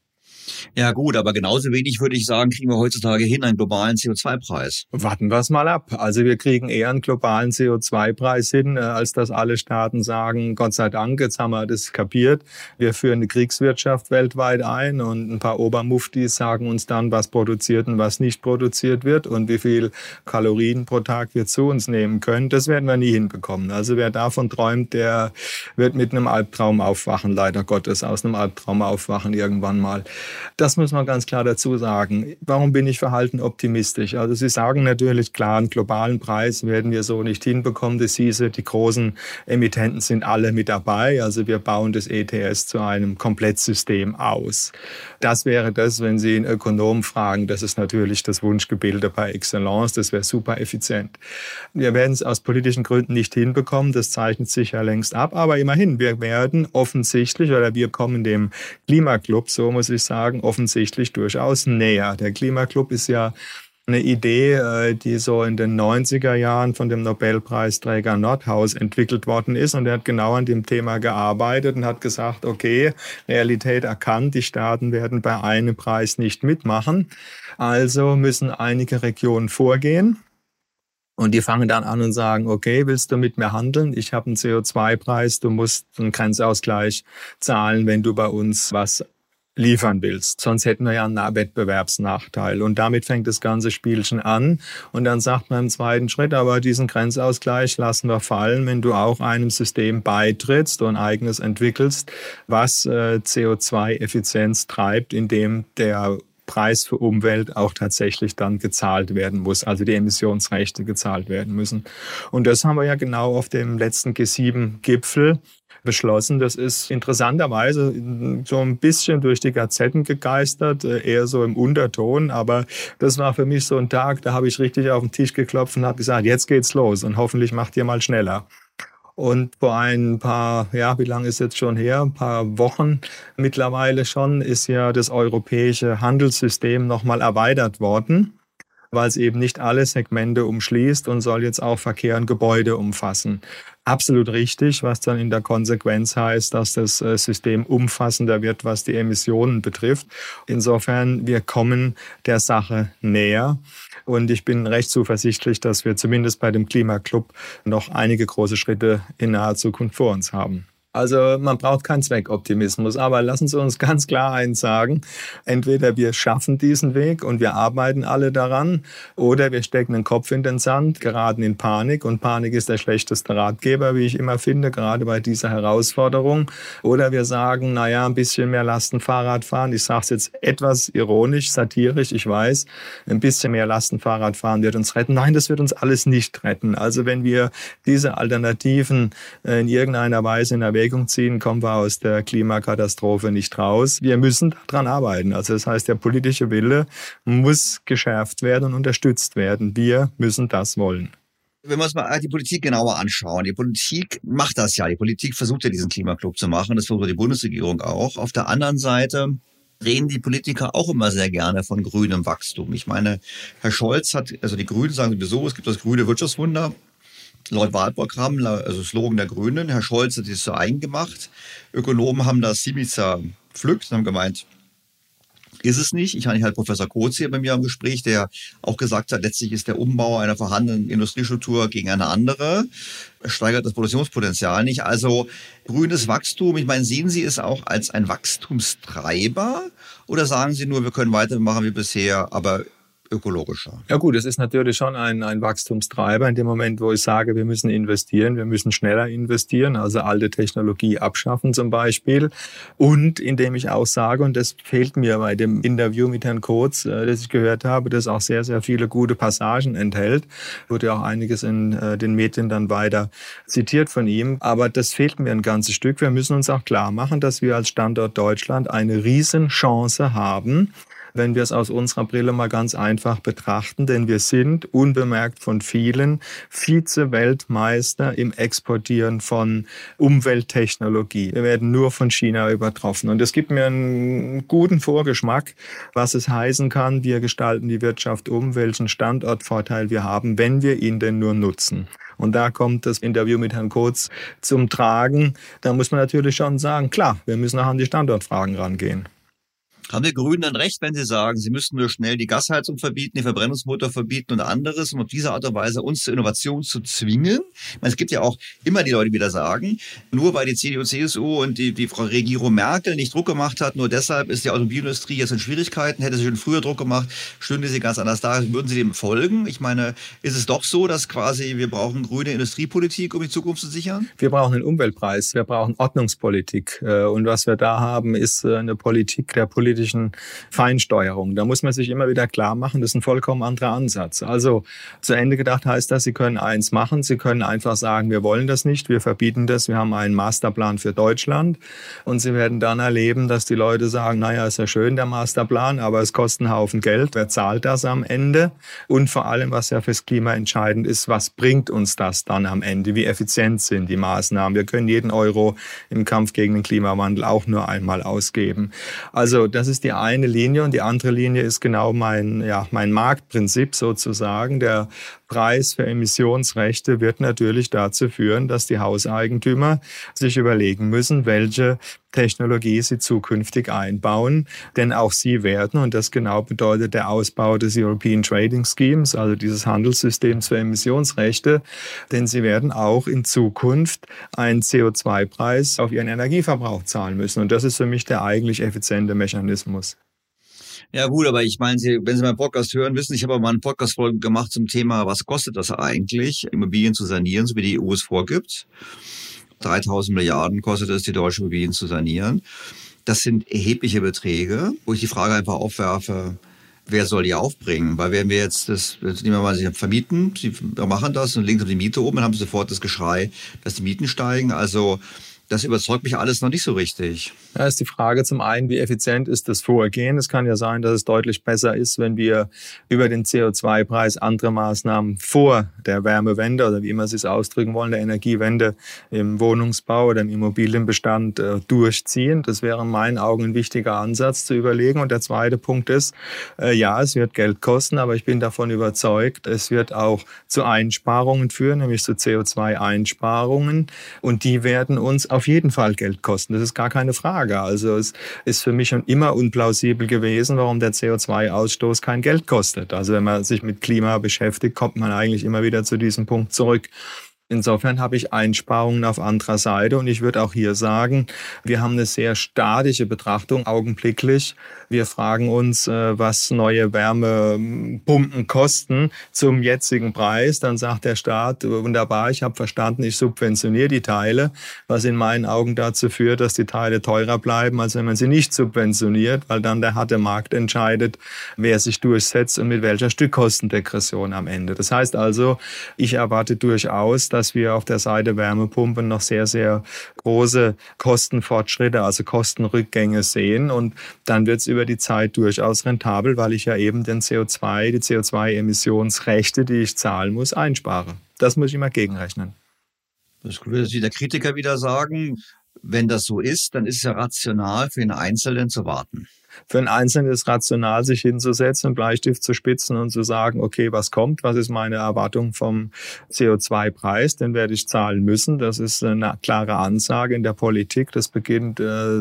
Ja gut, aber genauso wenig würde ich sagen, kriegen wir heutzutage hin einen globalen CO2-Preis. Warten wir es mal ab. Also wir kriegen eher einen globalen CO2-Preis hin, als dass alle Staaten sagen, Gott sei Dank, jetzt haben wir das kapiert. Wir führen eine Kriegswirtschaft weltweit ein und ein paar Obermuftis sagen uns dann, was produziert und was nicht produziert wird und wie viel Kalorien pro Tag wir zu uns nehmen können. Das werden wir nie hinbekommen. Also wer davon träumt, der wird mit einem Albtraum aufwachen, leider Gottes, aus einem Albtraum aufwachen irgendwann mal. Das muss man ganz klar dazu sagen. Warum bin ich verhalten optimistisch? Also Sie sagen natürlich, klar, einen globalen Preis werden wir so nicht hinbekommen. Das hieße, die großen Emittenten sind alle mit dabei. Also wir bauen das ETS zu einem Komplettsystem aus. Das wäre das, wenn Sie einen Ökonomen fragen, das ist natürlich das Wunschgebilde par excellence. Das wäre super effizient. Wir werden es aus politischen Gründen nicht hinbekommen. Das zeichnet sich ja längst ab. Aber immerhin, wir werden offensichtlich, oder wir kommen dem Klimaclub, so muss ich sagen, offensichtlich durchaus näher. Der Klimaclub ist ja eine Idee, die so in den 90er Jahren von dem Nobelpreisträger Nordhaus entwickelt worden ist. Und er hat genau an dem Thema gearbeitet und hat gesagt, okay, Realität erkannt, die Staaten werden bei einem Preis nicht mitmachen. Also müssen einige Regionen vorgehen. Und die fangen dann an und sagen, okay, willst du mit mir handeln? Ich habe einen CO2-Preis, du musst einen Grenzausgleich zahlen, wenn du bei uns was liefern willst. Sonst hätten wir ja einen Wettbewerbsnachteil. Und damit fängt das ganze Spielchen an. Und dann sagt man im zweiten Schritt, aber diesen Grenzausgleich lassen wir fallen, wenn du auch einem System beitrittst und ein eigenes entwickelst, was CO2-Effizienz treibt, indem der Preis für Umwelt auch tatsächlich dann gezahlt werden muss, also die Emissionsrechte gezahlt werden müssen. Und das haben wir ja genau auf dem letzten G7-Gipfel beschlossen. Das ist interessanterweise so ein bisschen durch die Gazetten gegeistert, eher so im Unterton, aber das war für mich so ein Tag, da habe ich richtig auf den Tisch geklopft und habe gesagt, jetzt geht's los und hoffentlich macht ihr mal schneller. Und vor ein paar, wie lange ist jetzt schon her? Ein paar Wochen mittlerweile schon, ist ja das europäische Handelssystem nochmal erweitert worden, weil es eben nicht alle Segmente umschließt und soll jetzt auch Verkehr und Gebäude umfassen. Absolut richtig, was dann in der Konsequenz heißt, dass das System umfassender wird, was die Emissionen betrifft. Insofern, wir kommen der Sache näher. Und ich bin recht zuversichtlich, dass wir zumindest bei dem Klimaclub noch einige große Schritte in naher Zukunft vor uns haben. Also man braucht keinen Zweckoptimismus, aber lassen Sie uns ganz klar eins sagen, entweder wir schaffen diesen Weg und wir arbeiten alle daran oder wir stecken den Kopf in den Sand, geraten in Panik und Panik ist der schlechteste Ratgeber, wie ich immer finde, gerade bei dieser Herausforderung. Oder wir sagen, naja, ein bisschen mehr Lastenfahrrad fahren, ich sage es jetzt etwas ironisch, satirisch, ich weiß, ein bisschen mehr Lastenfahrrad fahren wird uns retten. Nein, das wird uns alles nicht retten. Also wenn wir diese Alternativen in irgendeiner Weise in Erwägung ziehen, kommen wir aus der Klimakatastrophe nicht raus. Wir müssen daran arbeiten. Also das heißt, der politische Wille muss geschärft werden und unterstützt werden. Wir müssen das wollen. Wenn wir uns mal die Politik genauer anschauen, die Politik macht das ja. Die Politik versucht ja, diesen Klimaclub zu machen. Das versucht die Bundesregierung auch. Auf der anderen Seite reden die Politiker auch immer sehr gerne von grünem Wachstum. Ich meine, Herr Scholz also die Grünen sagen sowieso, es gibt das grüne Wirtschaftswunder. Laut Wahlprogramm, also Slogan der Grünen, Herr Scholz hat es so eingemacht. Ökonomen haben das ziemlich zerpflückt und haben gemeint, ist es nicht. Ich hatte halt Professor Kotz hier bei mir im Gespräch, der auch gesagt hat, letztlich ist der Umbau einer vorhandenen Industriestruktur gegen eine andere, steigert das Produktionspotenzial nicht. Also grünes Wachstum, ich meine, sehen Sie es auch als ein Wachstumstreiber oder sagen Sie nur, wir können weitermachen wie bisher, aber ökologischer? Ja gut, es ist natürlich schon ein Wachstumstreiber in dem Moment, wo ich sage, wir müssen investieren, wir müssen schneller investieren, also alte Technologie abschaffen zum Beispiel. Und indem ich auch sage, und das fehlt mir bei dem Interview mit Herrn Kotz, das ich gehört habe, das auch sehr, sehr viele gute Passagen enthält, wurde auch einiges in den Medien dann weiter zitiert von ihm. Aber das fehlt mir ein ganzes Stück. Wir müssen uns auch klar machen, dass wir als Standort Deutschland eine Riesenchance haben, wenn wir es aus unserer Brille mal ganz einfach betrachten, denn wir sind unbemerkt von vielen Vize-Weltmeister im Exportieren von Umwelttechnologie. Wir werden nur von China übertroffen. Und es gibt mir einen guten Vorgeschmack, was es heißen kann, wir gestalten die Wirtschaft um, welchen Standortvorteil wir haben, wenn wir ihn denn nur nutzen. Und da kommt das Interview mit Herrn Kotz zum Tragen. Da muss man natürlich schon sagen, klar, wir müssen auch an die Standortfragen rangehen. Haben die Grünen dann recht, wenn sie sagen, sie müssten nur schnell die Gasheizung verbieten, die Verbrennungsmotor verbieten und anderes, um auf diese Art und Weise uns zur Innovation zu zwingen? Ich meine, es gibt ja auch immer die Leute, die wieder sagen, nur weil die CDU, CSU und die Frau Regierung Merkel nicht Druck gemacht hat, nur deshalb ist die Automobilindustrie jetzt in Schwierigkeiten, hätte sie schon früher Druck gemacht, stünde sie ganz anders da, würden sie dem folgen? Ich meine, ist es doch so, dass quasi wir brauchen grüne Industriepolitik, um die Zukunft zu sichern? Wir brauchen einen Umweltpreis, wir brauchen Ordnungspolitik. Und was wir da haben, ist eine Politik der politischen Feinsteuerung. Da muss man sich immer wieder klar machen, das ist ein vollkommen anderer Ansatz. Also zu Ende gedacht heißt das, Sie können eins machen, Sie können einfach sagen, wir wollen das nicht, wir verbieten das, wir haben einen Masterplan für Deutschland und Sie werden dann erleben, dass die Leute sagen, naja, ist ja schön der Masterplan, aber es kostet einen Haufen Geld, wer zahlt das am Ende? Und vor allem, was ja fürs Klima entscheidend ist, was bringt uns das dann am Ende? Wie effizient sind die Maßnahmen? Wir können jeden Euro im Kampf gegen den Klimawandel auch nur einmal ausgeben. Also das ist die eine Linie und die andere Linie ist genau mein Marktprinzip sozusagen. Der Preis für Emissionsrechte wird natürlich dazu führen, dass die Hauseigentümer sich überlegen müssen, welche Technologie sie zukünftig einbauen. Denn auch sie werden, und das genau bedeutet der Ausbau des European Trading Schemes, also dieses Handelssystems für Emissionsrechte, denn sie werden auch in Zukunft einen CO2-Preis auf ihren Energieverbrauch zahlen müssen. Und das ist für mich der eigentlich effiziente Mechanismus. Ja gut, aber ich meine, wenn Sie meinen Podcast hören, wissen, ich habe mal eine Podcast-Folge gemacht zum Thema, was kostet das eigentlich, Immobilien zu sanieren, so wie die EU es vorgibt. 3.000 Milliarden kostet es, die deutsche Immobilien zu sanieren. Das sind erhebliche Beträge, wo ich die Frage einfach aufwerfe, wer soll die aufbringen? Weil wenn wir jetzt nehmen wir mal, sie vermieten, sie machen das und legen sie die Miete oben, dann haben sie sofort das Geschrei, dass die Mieten steigen. Also das überzeugt mich alles noch nicht so richtig. Da ist die Frage zum einen, wie effizient ist das Vorgehen? Es kann ja sein, dass es deutlich besser ist, wenn wir über den CO2-Preis andere Maßnahmen vor der Wärmewende oder wie immer Sie es ausdrücken wollen, der Energiewende im Wohnungsbau oder im Immobilienbestand durchziehen. Das wäre in meinen Augen ein wichtiger Ansatz zu überlegen. Und der zweite Punkt ist, ja, es wird Geld kosten, aber ich bin davon überzeugt, es wird auch zu Einsparungen führen, nämlich zu CO2-Einsparungen. Und die werden uns auf jeden Fall Geld kosten. Das ist gar keine Frage. Also es ist für mich schon immer unplausibel gewesen, warum der CO2-Ausstoß kein Geld kostet. Also wenn man sich mit Klima beschäftigt, kommt man eigentlich immer wieder zu diesem Punkt zurück. Insofern habe ich Einsparungen auf anderer Seite und ich würde auch hier sagen, wir haben eine sehr statische Betrachtung augenblicklich. Wir fragen uns, was neue Wärmepumpen kosten zum jetzigen Preis. Dann sagt der Staat, wunderbar, ich habe verstanden, ich subventioniere die Teile, was in meinen Augen dazu führt, dass die Teile teurer bleiben, als wenn man sie nicht subventioniert, weil dann der harte Markt entscheidet, wer sich durchsetzt und mit welcher Stückkostendegression am Ende. Das heißt also, ich erwarte durchaus, dass wir auf der Seite Wärmepumpen noch sehr, sehr große Kostenfortschritte, also Kostenrückgänge sehen. Und dann wird es über die Zeit durchaus rentabel, weil ich ja eben die CO2-Emissionsrechte, die ich zahlen muss, einspare. Das muss ich immer gegenrechnen. Das würde der Kritiker wieder sagen, wenn das so ist, dann ist es ja rational für den Einzelnen zu warten. Für einen Einzelnen ist es rational, sich hinzusetzen, einen Bleistift zu spitzen und zu sagen, okay, was kommt, was ist meine Erwartung vom CO2-Preis, den werde ich zahlen müssen. Das ist eine klare Ansage in der Politik, das beginnt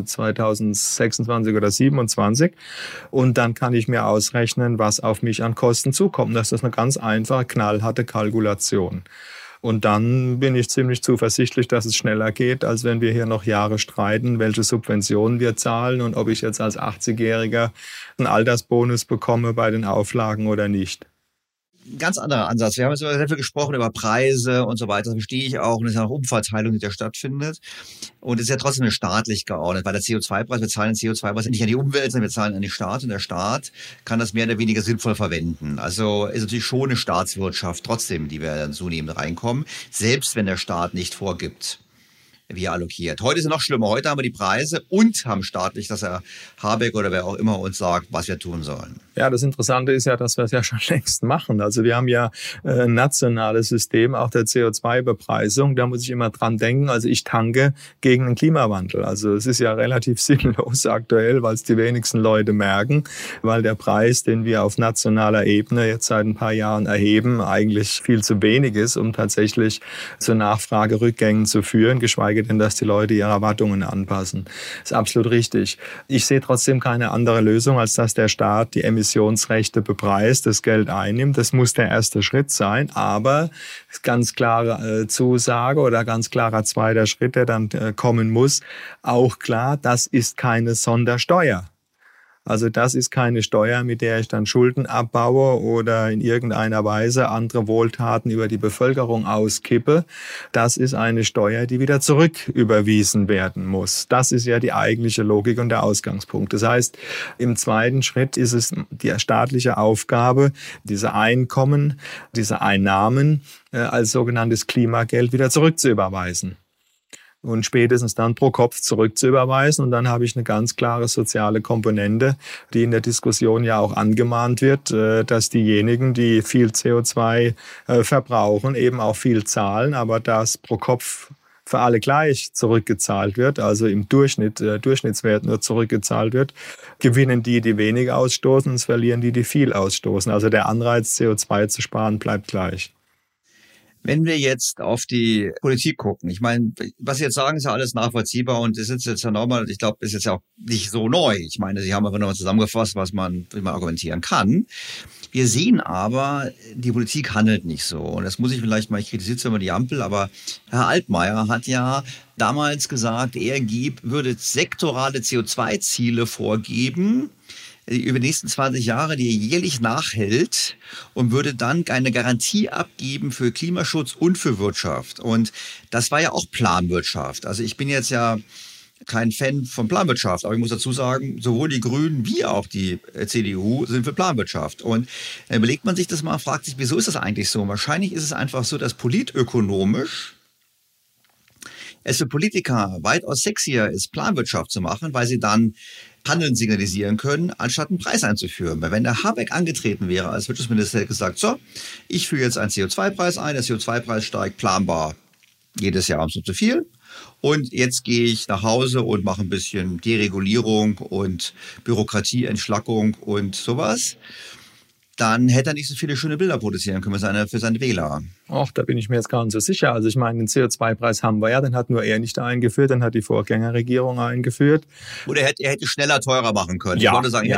2026 oder 2027 und dann kann ich mir ausrechnen, was auf mich an Kosten zukommt. Das ist eine ganz einfache, knallharte Kalkulation. Und dann bin ich ziemlich zuversichtlich, dass es schneller geht, als wenn wir hier noch Jahre streiten, welche Subventionen wir zahlen und ob ich jetzt als 80-Jähriger einen Altersbonus bekomme bei den Auflagen oder nicht. Ganz anderer Ansatz. Wir haben jetzt sehr viel gesprochen über Preise und so weiter. Das verstehe ich auch. Und es ist ja auch Umverteilung, die da stattfindet. Und es ist ja trotzdem staatlich geordnet, weil der CO2-Preis, wir zahlen den CO2-Preis nicht an die Umwelt, sondern wir zahlen an den Staat. Und der Staat kann das mehr oder weniger sinnvoll verwenden. Also ist natürlich schon eine Staatswirtschaft trotzdem, die wir dann zunehmend reinkommen. Selbst wenn der Staat nicht vorgibt, wie er allokiert. Heute ist es noch schlimmer. Heute haben wir die Preise und haben staatlich, dass Herr Habeck oder wer auch immer uns sagt, was wir tun sollen. Ja, das Interessante ist ja, dass wir es ja schon längst machen. Also wir haben ja ein nationales System, auch der CO2-Bepreisung. Da muss ich immer dran denken. Also ich tanke gegen den Klimawandel. Also es ist ja relativ sinnlos aktuell, weil es die wenigsten Leute merken, weil der Preis, den wir auf nationaler Ebene jetzt seit ein paar Jahren erheben, eigentlich viel zu wenig ist, um tatsächlich zu Nachfragerückgängen zu führen, geschweige denn, dass die Leute ihre Erwartungen anpassen. Das ist absolut richtig. Ich sehe trotzdem keine andere Lösung, als dass der Staat die Emissionsrechte bepreist, das Geld einnimmt. Das muss der erste Schritt sein, aber ganz klare Zusage oder ganz klarer zweiter Schritt, der dann kommen muss, auch klar, das ist keine Sondersteuer. Also das ist keine Steuer, mit der ich dann Schulden abbaue oder in irgendeiner Weise andere Wohltaten über die Bevölkerung auskippe. Das ist eine Steuer, die wieder zurücküberwiesen werden muss. Das ist ja die eigentliche Logik und der Ausgangspunkt. Das heißt, im zweiten Schritt ist es die staatliche Aufgabe, diese Einkommen, diese Einnahmen als sogenanntes Klimageld wieder zurückzuüberweisen. Und spätestens dann pro Kopf zurückzuüberweisen. Und dann habe ich eine ganz klare soziale Komponente, die in der Diskussion ja auch angemahnt wird, dass diejenigen, die viel CO2 verbrauchen, eben auch viel zahlen, aber das pro Kopf für alle gleich zurückgezahlt wird, also im Durchschnitt, Durchschnittswert nur zurückgezahlt wird, gewinnen die, die wenig ausstoßen, und es verlieren die, die viel ausstoßen. Also der Anreiz, CO2 zu sparen, bleibt gleich. Wenn wir jetzt auf die Politik gucken, ich meine, was Sie jetzt sagen, ist ja alles nachvollziehbar und das ist jetzt ja normal, ich glaube, ist jetzt ja auch nicht so neu. Ich meine, Sie haben einfach nochmal zusammengefasst, wie man argumentieren kann. Wir sehen aber, die Politik handelt nicht so. Und das muss ich vielleicht mal, ich kritisiere zwar immer die Ampel, aber Herr Altmaier hat ja damals gesagt, er würde sektorale CO2-Ziele vorgeben, über die nächsten 20 Jahre, die er jährlich nachhält und würde dann eine Garantie abgeben für Klimaschutz und für Wirtschaft. Und das war ja auch Planwirtschaft. Also ich bin jetzt ja kein Fan von Planwirtschaft, aber ich muss dazu sagen, sowohl die Grünen wie auch die CDU sind für Planwirtschaft. Und dann überlegt man sich das mal, fragt sich, wieso ist das eigentlich so? Wahrscheinlich ist es einfach so, dass politökonomisch es für Politiker weitaus sexier ist, Planwirtschaft zu machen, weil sie dann Handeln signalisieren können, anstatt einen Preis einzuführen. Weil wenn der Habeck angetreten wäre als Wirtschaftsminister, hätte gesagt, so, ich führe jetzt einen CO2-Preis ein, der CO2-Preis steigt planbar jedes Jahr um so viel. Und jetzt gehe ich nach Hause und mache ein bisschen Deregulierung und Bürokratieentschlackung und sowas. dann hätte er nicht so viele schöne Bilder produzieren können für seine Wähler. Ach, da bin ich mir jetzt gar nicht so sicher. Also ich meine, den CO2-Preis haben wir ja, den hat nur er nicht eingeführt, den hat die Vorgängerregierung eingeführt. Oder er hätte schneller teurer machen können. Ja, ich wollte sagen,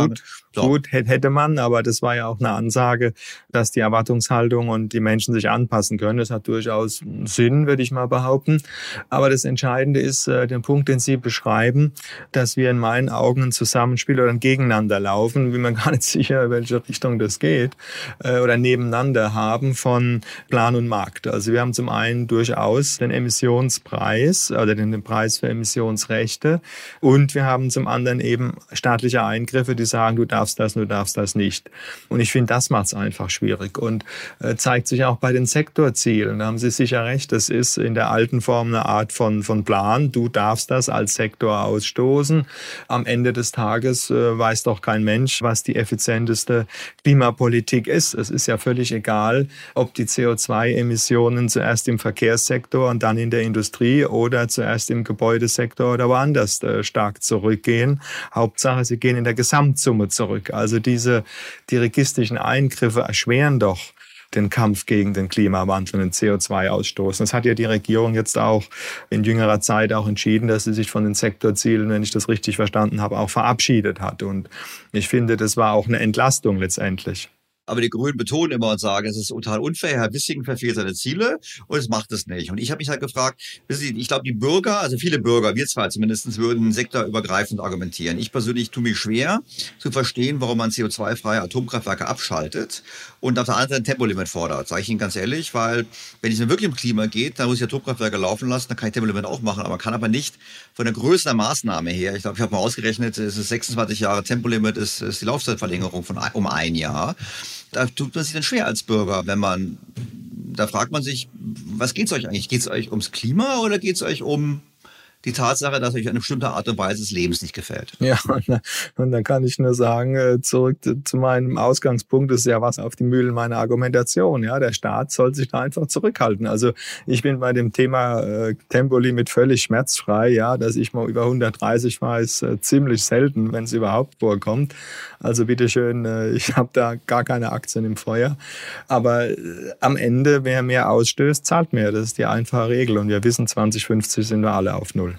gut, hätte man, aber das war ja auch eine Ansage, dass die Erwartungshaltung und die Menschen sich anpassen können. Das hat durchaus Sinn, würde ich mal behaupten. Aber das Entscheidende ist der Punkt, den Sie beschreiben, dass wir in meinen Augen ein Zusammenspiel oder ein Gegeneinander laufen, wie man gar nicht sicher, in welche Richtung das geht, oder nebeneinander haben von Plan und Markt. Also wir haben zum einen durchaus den Emissionspreis oder den Preis für Emissionsrechte und wir haben zum anderen eben staatliche Eingriffe, die sagen, du darfst das nicht. Und ich finde, das macht es einfach schwierig und zeigt sich auch bei den Sektorzielen. Da haben Sie sicher recht, das ist in der alten Form eine Art von Plan. Du darfst das als Sektor ausstoßen. Am Ende des Tages weiß doch kein Mensch, was die effizienteste Klimapolitik ist. Es ist ja völlig egal, ob die CO2-Emissionen zuerst im Verkehrssektor und dann in der Industrie oder zuerst im Gebäudesektor oder woanders stark zurückgehen. Hauptsache, sie gehen in der Gesamtsumme zurück. Also diese dirigistischen Eingriffe erschweren doch den Kampf gegen den Klimawandel und den CO2-Ausstoß. Das hat ja die Regierung jetzt auch in jüngerer Zeit auch entschieden, dass sie sich von den Sektorzielen, wenn ich das richtig verstanden habe, auch verabschiedet hat. Und ich finde, das war auch eine Entlastung letztendlich. Aber die Grünen betonen immer und sagen, es ist total unfair, Herr Wissing verfehlt seine Ziele und es macht es nicht. Und ich habe mich halt gefragt, ich glaube, die Bürger, also viele Bürger, wir zwei zumindest, würden sektorübergreifend argumentieren. Ich persönlich tue mich schwer zu verstehen, warum man CO2-freie Atomkraftwerke abschaltet und auf der anderen Seite ein Tempolimit fordert. Sage ich Ihnen ganz ehrlich, weil wenn es mir wirklich um Klima geht, dann muss ich Atomkraftwerke laufen lassen, dann kann ich Tempolimit auch machen, aber kann aber nicht von der Größe der Maßnahme her. Ich glaube, ich habe mal ausgerechnet, es ist 26 Jahre Tempolimit, ist die Laufzeitverlängerung um ein Jahr. Da tut man sich dann schwer als Bürger, da fragt man sich, was geht's euch eigentlich? Geht's euch ums Klima oder geht's euch um die Tatsache, dass euch eine bestimmte Art und Weise des Lebens nicht gefällt? Ja, und dann kann ich nur sagen, zurück zu meinem Ausgangspunkt, ist ja was auf die Mühlen meiner Argumentation. Ja, der Staat soll sich da einfach zurückhalten. Also ich bin bei dem Thema Tempolimit völlig schmerzfrei. Ja, dass ich mal über 130 fahre, ist ziemlich selten, wenn es überhaupt vorkommt. Also bitteschön, ich habe da gar keine Aktien im Feuer. Aber am Ende, wer mehr ausstößt, zahlt mehr. Das ist die einfache Regel. Und wir wissen, 2050 sind wir alle auf Null.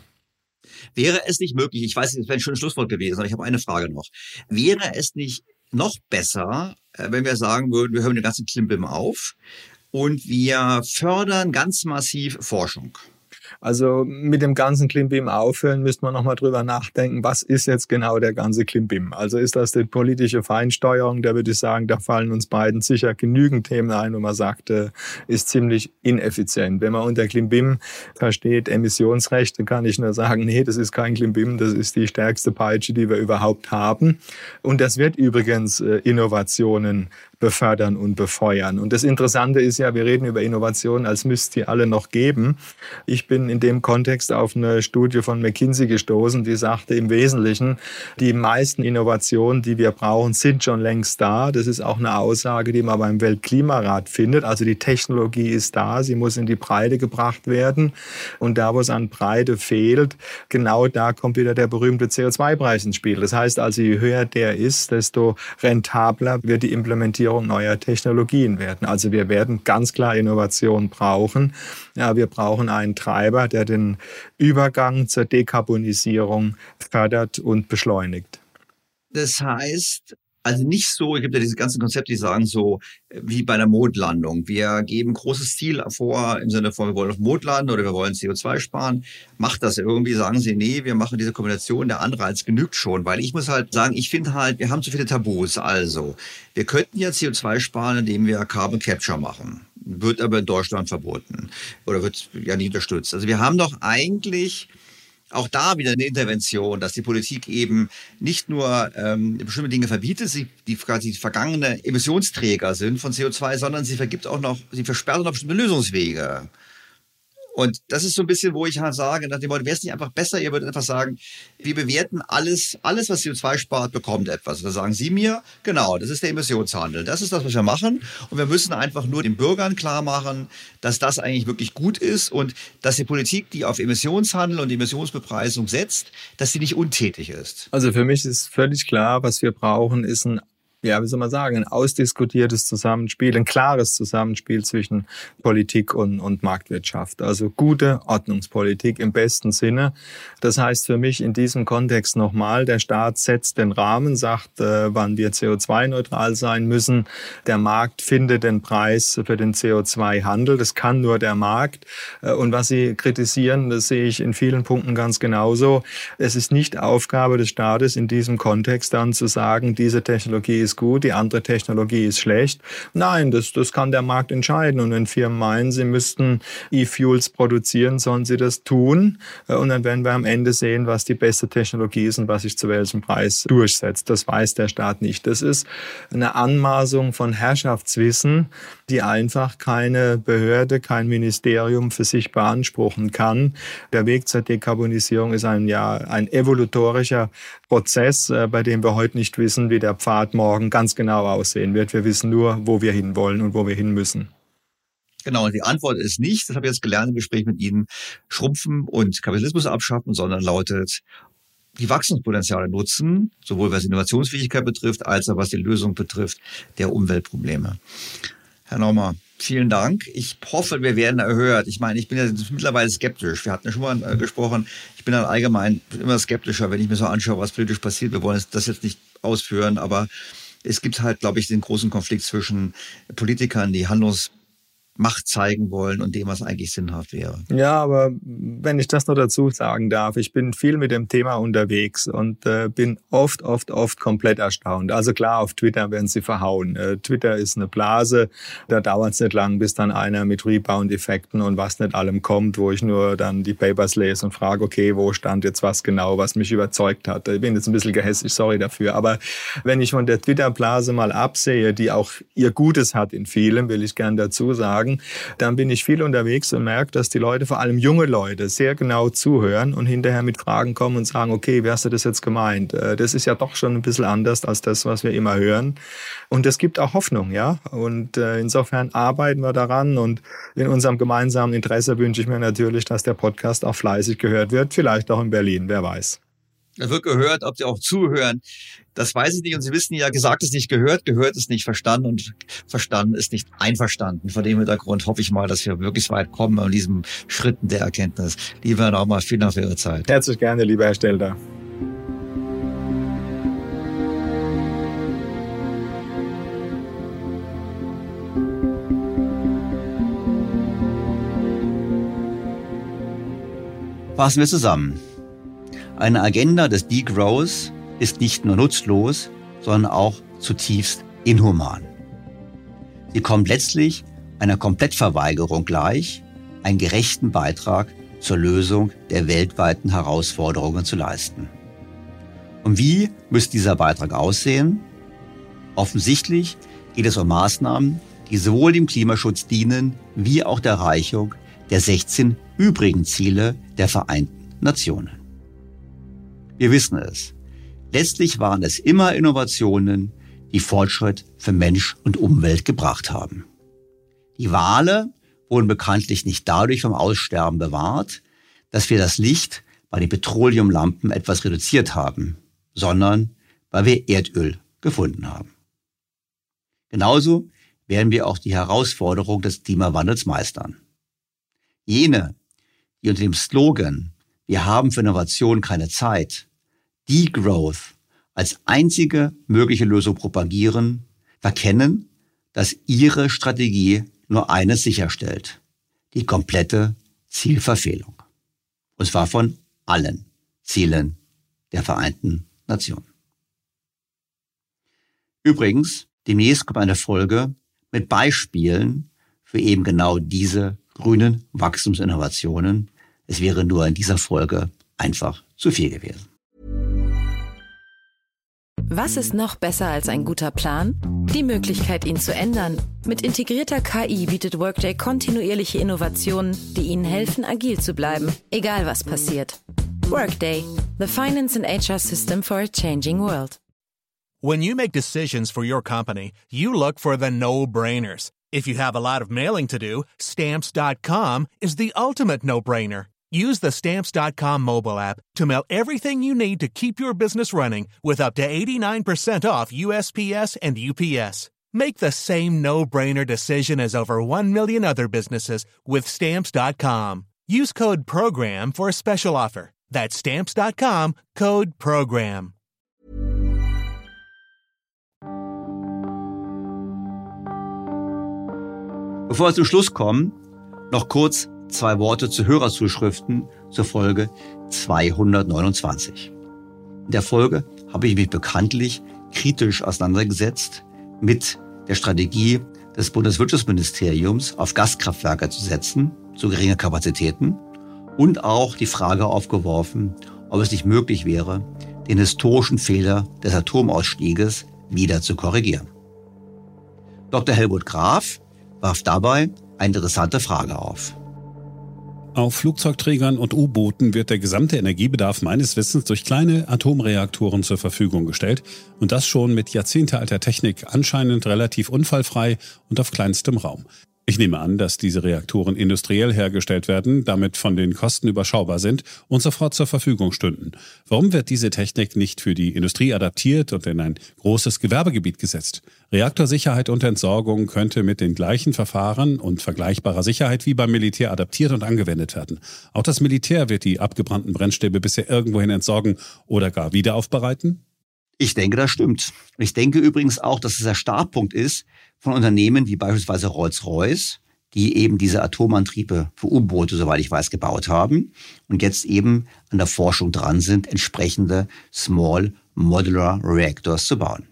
Wäre es nicht möglich, ich weiß, es wäre ein schönes Schlusswort gewesen, aber ich habe eine Frage noch. Wäre es nicht noch besser, wenn wir sagen würden, wir hören den ganzen Klimbim auf und wir fördern ganz massiv Forschung? Also mit dem ganzen Klimbim aufhören, müsste man nochmal drüber nachdenken, was ist jetzt genau der ganze Klimbim? Also ist das die politische Feinsteuerung? Da würde ich sagen, da fallen uns beiden sicher genügend Themen ein, wo man sagt, ist ziemlich ineffizient. Wenn man unter Klimbim versteht Emissionsrechte, kann ich nur sagen, nee, das ist kein Klimbim, das ist die stärkste Peitsche, die wir überhaupt haben. Und das wird übrigens Innovationen befördern und befeuern. Und das Interessante ist ja, wir reden über Innovationen, als müsste es die alle noch geben. Ich bin in dem Kontext auf eine Studie von McKinsey gestoßen, die sagte im Wesentlichen, die meisten Innovationen, die wir brauchen, sind schon längst da. Das ist auch eine Aussage, die man beim Weltklimarat findet. Also die Technologie ist da, sie muss in die Breite gebracht werden. Und da, wo es an Breite fehlt, genau da kommt wieder der berühmte CO2-Preis ins Spiel. Das heißt also, je höher der ist, desto rentabler wird die Implementierung neuer Technologien werden. Also wir werden ganz klar Innovation brauchen. Ja, wir brauchen einen Treiber, der den Übergang zur Dekarbonisierung fördert und beschleunigt. Das heißt, also nicht so, es gibt ja diese ganzen Konzepte, die sagen so, wie bei der Mondlandung. Wir geben großes Ziel vor, im Sinne von, wir wollen auf Mond landen oder wir wollen CO2 sparen. Macht das irgendwie, sagen sie, nee, wir machen diese Kombination, der Anreiz genügt schon. Weil ich muss halt sagen, ich finde halt, wir haben zu viele Tabus. Also, wir könnten ja CO2 sparen, indem wir Carbon Capture machen. Wird aber in Deutschland verboten oder wird ja nicht unterstützt. Also wir haben doch eigentlich auch da wieder eine Intervention, dass die Politik eben nicht nur bestimmte Dinge verbietet, die quasi vergangene Emissionsträger sind von CO2, sondern sie versperrt auch noch bestimmte Lösungswege. Und das ist so ein bisschen, wo ich halt sage, nach dem Motto, wäre es nicht einfach besser, ihr würdet einfach sagen, wir bewerten alles, was CO2 spart, bekommt etwas. Da sagen Sie mir, genau, das ist der Emissionshandel. Das ist das, was wir machen. Und wir müssen einfach nur den Bürgern klar machen, dass das eigentlich wirklich gut ist und dass die Politik, die auf Emissionshandel und Emissionsbepreisung setzt, dass sie nicht untätig ist. Also für mich ist völlig klar, was wir brauchen, ist ein wie soll man sagen, ein ausdiskutiertes Zusammenspiel, ein klares Zusammenspiel zwischen Politik und Marktwirtschaft. Also gute Ordnungspolitik im besten Sinne. Das heißt für mich in diesem Kontext nochmal, der Staat setzt den Rahmen, sagt, wann wir CO2-neutral sein müssen. Der Markt findet den Preis für den CO2-Handel. Das kann nur der Markt. Und was Sie kritisieren, das sehe ich in vielen Punkten ganz genauso. Es ist nicht Aufgabe des Staates in diesem Kontext dann zu sagen, diese Technologie ist gut, die andere Technologie ist schlecht. Nein, das kann der Markt entscheiden. Und wenn Firmen meinen, sie müssten E-Fuels produzieren, sollen sie das tun. Und dann werden wir am Ende sehen, was die beste Technologie ist und was sich zu welchem Preis durchsetzt. Das weiß der Staat nicht. Das ist eine Anmaßung von Herrschaftswissen, die einfach keine Behörde, kein Ministerium für sich beanspruchen kann. Der Weg zur Dekarbonisierung ist ein evolutorischer Prozess, bei dem wir heute nicht wissen, wie der Pfad morgen ganz genau aussehen wird. Wir wissen nur, wo wir hinwollen und wo wir hin müssen. Genau, und die Antwort ist nicht, das habe ich jetzt gelernt im Gespräch mit Ihnen, schrumpfen und Kapitalismus abschaffen, sondern lautet, die Wachstumspotenziale nutzen, sowohl was Innovationsfähigkeit betrifft, als auch was die Lösung betrifft der Umweltprobleme. Herr Naumer, vielen Dank. Ich hoffe, wir werden erhört. Ich meine, ich bin ja mittlerweile skeptisch. Wir hatten ja schon mal gesprochen. Ich bin dann allgemein immer skeptischer, wenn ich mir so anschaue, was politisch passiert. Wir wollen das jetzt nicht ausführen, aber es gibt halt, glaube ich, den großen Konflikt zwischen Politikern, die Handlungsmacht zeigen wollen und dem, was eigentlich sinnhaft wäre. Ja, aber wenn ich das noch dazu sagen darf, ich bin viel mit dem Thema unterwegs und bin oft komplett erstaunt. Also klar, auf Twitter werden sie verhauen. Twitter ist eine Blase, da dauert es nicht lang, bis dann einer mit Rebound-Effekten und was nicht allem kommt, wo ich nur dann die Papers lese und frage, okay, wo stand jetzt was genau, was mich überzeugt hat. Ich bin jetzt ein bisschen gehässig, sorry dafür. Aber wenn ich von der Twitter-Blase mal absehe, die auch ihr Gutes hat in vielem, will ich gern dazu sagen, dann bin ich viel unterwegs und merke, dass die Leute, vor allem junge Leute, sehr genau zuhören und hinterher mit Fragen kommen und sagen, okay, wie hast du das jetzt gemeint? Das ist ja doch schon ein bisschen anders als das, was wir immer hören. Und das gibt auch Hoffnung, ja. Und insofern arbeiten wir daran und in unserem gemeinsamen Interesse wünsche ich mir natürlich, dass der Podcast auch fleißig gehört wird, vielleicht auch in Berlin, wer weiß. Er wird gehört, ob Sie auch zuhören, das weiß ich nicht. Und Sie wissen ja, gesagt ist nicht gehört, gehört ist nicht verstanden und verstanden ist nicht einverstanden. Vor dem Hintergrund hoffe ich mal, dass wir wirklich weit kommen an diesen Schritten der Erkenntnis. Lieber Herr Naumer, vielen Dank für Ihre Zeit. Herzlich gerne, lieber Herr Stelter. Fassen wir zusammen. Eine Agenda des Degrowth ist nicht nur nutzlos, sondern auch zutiefst inhuman. Sie kommt letztlich einer Komplettverweigerung gleich, einen gerechten Beitrag zur Lösung der weltweiten Herausforderungen zu leisten. Und wie müsste dieser Beitrag aussehen? Offensichtlich geht es um Maßnahmen, die sowohl dem Klimaschutz dienen, wie auch der Erreichung der 16 übrigen Ziele der Vereinten Nationen. Wir wissen es. Letztlich waren es immer Innovationen, die Fortschritt für Mensch und Umwelt gebracht haben. Die Wale wurden bekanntlich nicht dadurch vom Aussterben bewahrt, dass wir das Licht bei den Petroleumlampen etwas reduziert haben, sondern weil wir Erdöl gefunden haben. Genauso werden wir auch die Herausforderung des Klimawandels meistern. Jene, die unter dem Slogan "Wir haben für Innovation keine Zeit" Degrowth als einzige mögliche Lösung propagieren, verkennen, dass ihre Strategie nur eines sicherstellt: die komplette Zielverfehlung. Und zwar von allen Zielen der Vereinten Nationen. Übrigens, demnächst kommt eine Folge mit Beispielen für eben genau diese grünen Wachstumsinnovationen. Es wäre nur in dieser Folge einfach zu viel gewesen. Was ist noch besser als ein guter Plan? Die Möglichkeit, ihn zu ändern. Mit integrierter KI bietet Workday kontinuierliche Innovationen, die Ihnen helfen, agil zu bleiben, egal was passiert. Workday, the finance and HR system for a changing world. When you make decisions for your company, you look for the no-brainers. If you have a lot of mailing to do, Stamps.com is the ultimate no-brainer. Use the Stamps.com mobile app to mail everything you need to keep your business running with up to 89% off USPS and UPS. Make the same no-brainer decision as over 1 million other businesses with Stamps.com. Use code PROGRAM for a special offer. That's Stamps.com, code PROGRAM. Bevor wir zum Schluss kommen, noch kurz 2 Worte zu Hörerzuschriften zur Folge 229. In der Folge habe ich mich bekanntlich kritisch auseinandergesetzt mit der Strategie des Bundeswirtschaftsministeriums, auf Gaskraftwerke zu setzen, zu geringe Kapazitäten, und auch die Frage aufgeworfen, ob es nicht möglich wäre, den historischen Fehler des Atomausstieges wieder zu korrigieren. Dr. Helmut Graf warf dabei eine interessante Frage auf. Auf Flugzeugträgern und U-Booten wird der gesamte Energiebedarf meines Wissens durch kleine Atomreaktoren zur Verfügung gestellt und das schon mit jahrzehntealter Technik, anscheinend relativ unfallfrei und auf kleinstem Raum. Ich nehme an, dass diese Reaktoren industriell hergestellt werden, damit von den Kosten überschaubar sind und sofort zur Verfügung stünden. Warum wird diese Technik nicht für die Industrie adaptiert und in ein großes Gewerbegebiet gesetzt? Reaktorsicherheit und Entsorgung könnte mit den gleichen Verfahren und vergleichbarer Sicherheit wie beim Militär adaptiert und angewendet werden. Auch das Militär wird die abgebrannten Brennstäbe bisher irgendwohin entsorgen oder gar wieder aufbereiten? Ich denke, das stimmt. Ich denke übrigens auch, dass es der Startpunkt ist von Unternehmen wie beispielsweise Rolls-Royce, die eben diese Atomantriebe für U-Boote, soweit ich weiß, gebaut haben und jetzt eben an der Forschung dran sind, entsprechende Small Modular Reactors zu bauen.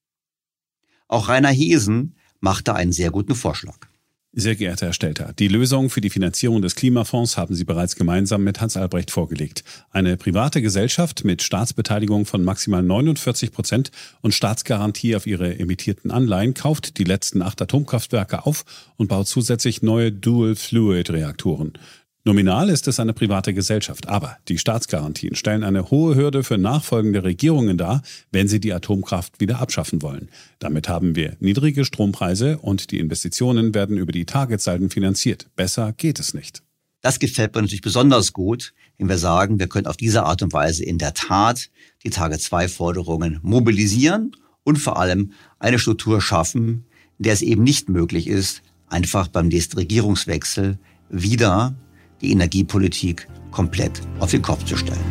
Auch Rainer Hesen machte einen sehr guten Vorschlag. Sehr geehrter Herr Stelter, die Lösung für die Finanzierung des Klimafonds haben Sie bereits gemeinsam mit Hans Albrecht vorgelegt. Eine private Gesellschaft mit Staatsbeteiligung von maximal 49% und Staatsgarantie auf ihre emittierten Anleihen kauft die letzten 8 Atomkraftwerke auf und baut zusätzlich neue Dual-Fluid-Reaktoren. Nominal ist es eine private Gesellschaft, aber die Staatsgarantien stellen eine hohe Hürde für nachfolgende Regierungen dar, wenn sie die Atomkraft wieder abschaffen wollen. Damit haben wir niedrige Strompreise und die Investitionen werden über die Targetsalden finanziert. Besser geht es nicht. Das gefällt mir natürlich besonders gut, wenn wir sagen, wir können auf diese Art und Weise in der Tat die Target-2-Forderungen mobilisieren und vor allem eine Struktur schaffen, in der es eben nicht möglich ist, einfach beim nächsten Regierungswechsel wieder die Energiepolitik komplett auf den Kopf zu stellen.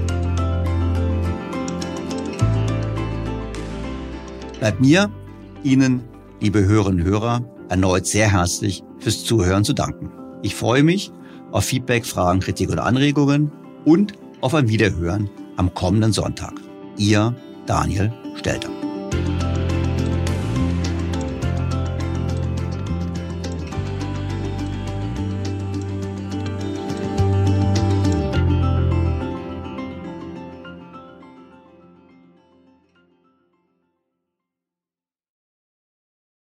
Bleibt mir, Ihnen, liebe Hörerinnen und Hörer, erneut sehr herzlich fürs Zuhören zu danken. Ich freue mich auf Feedback, Fragen, Kritik und Anregungen und auf ein Wiederhören am kommenden Sonntag. Ihr Daniel Stelter.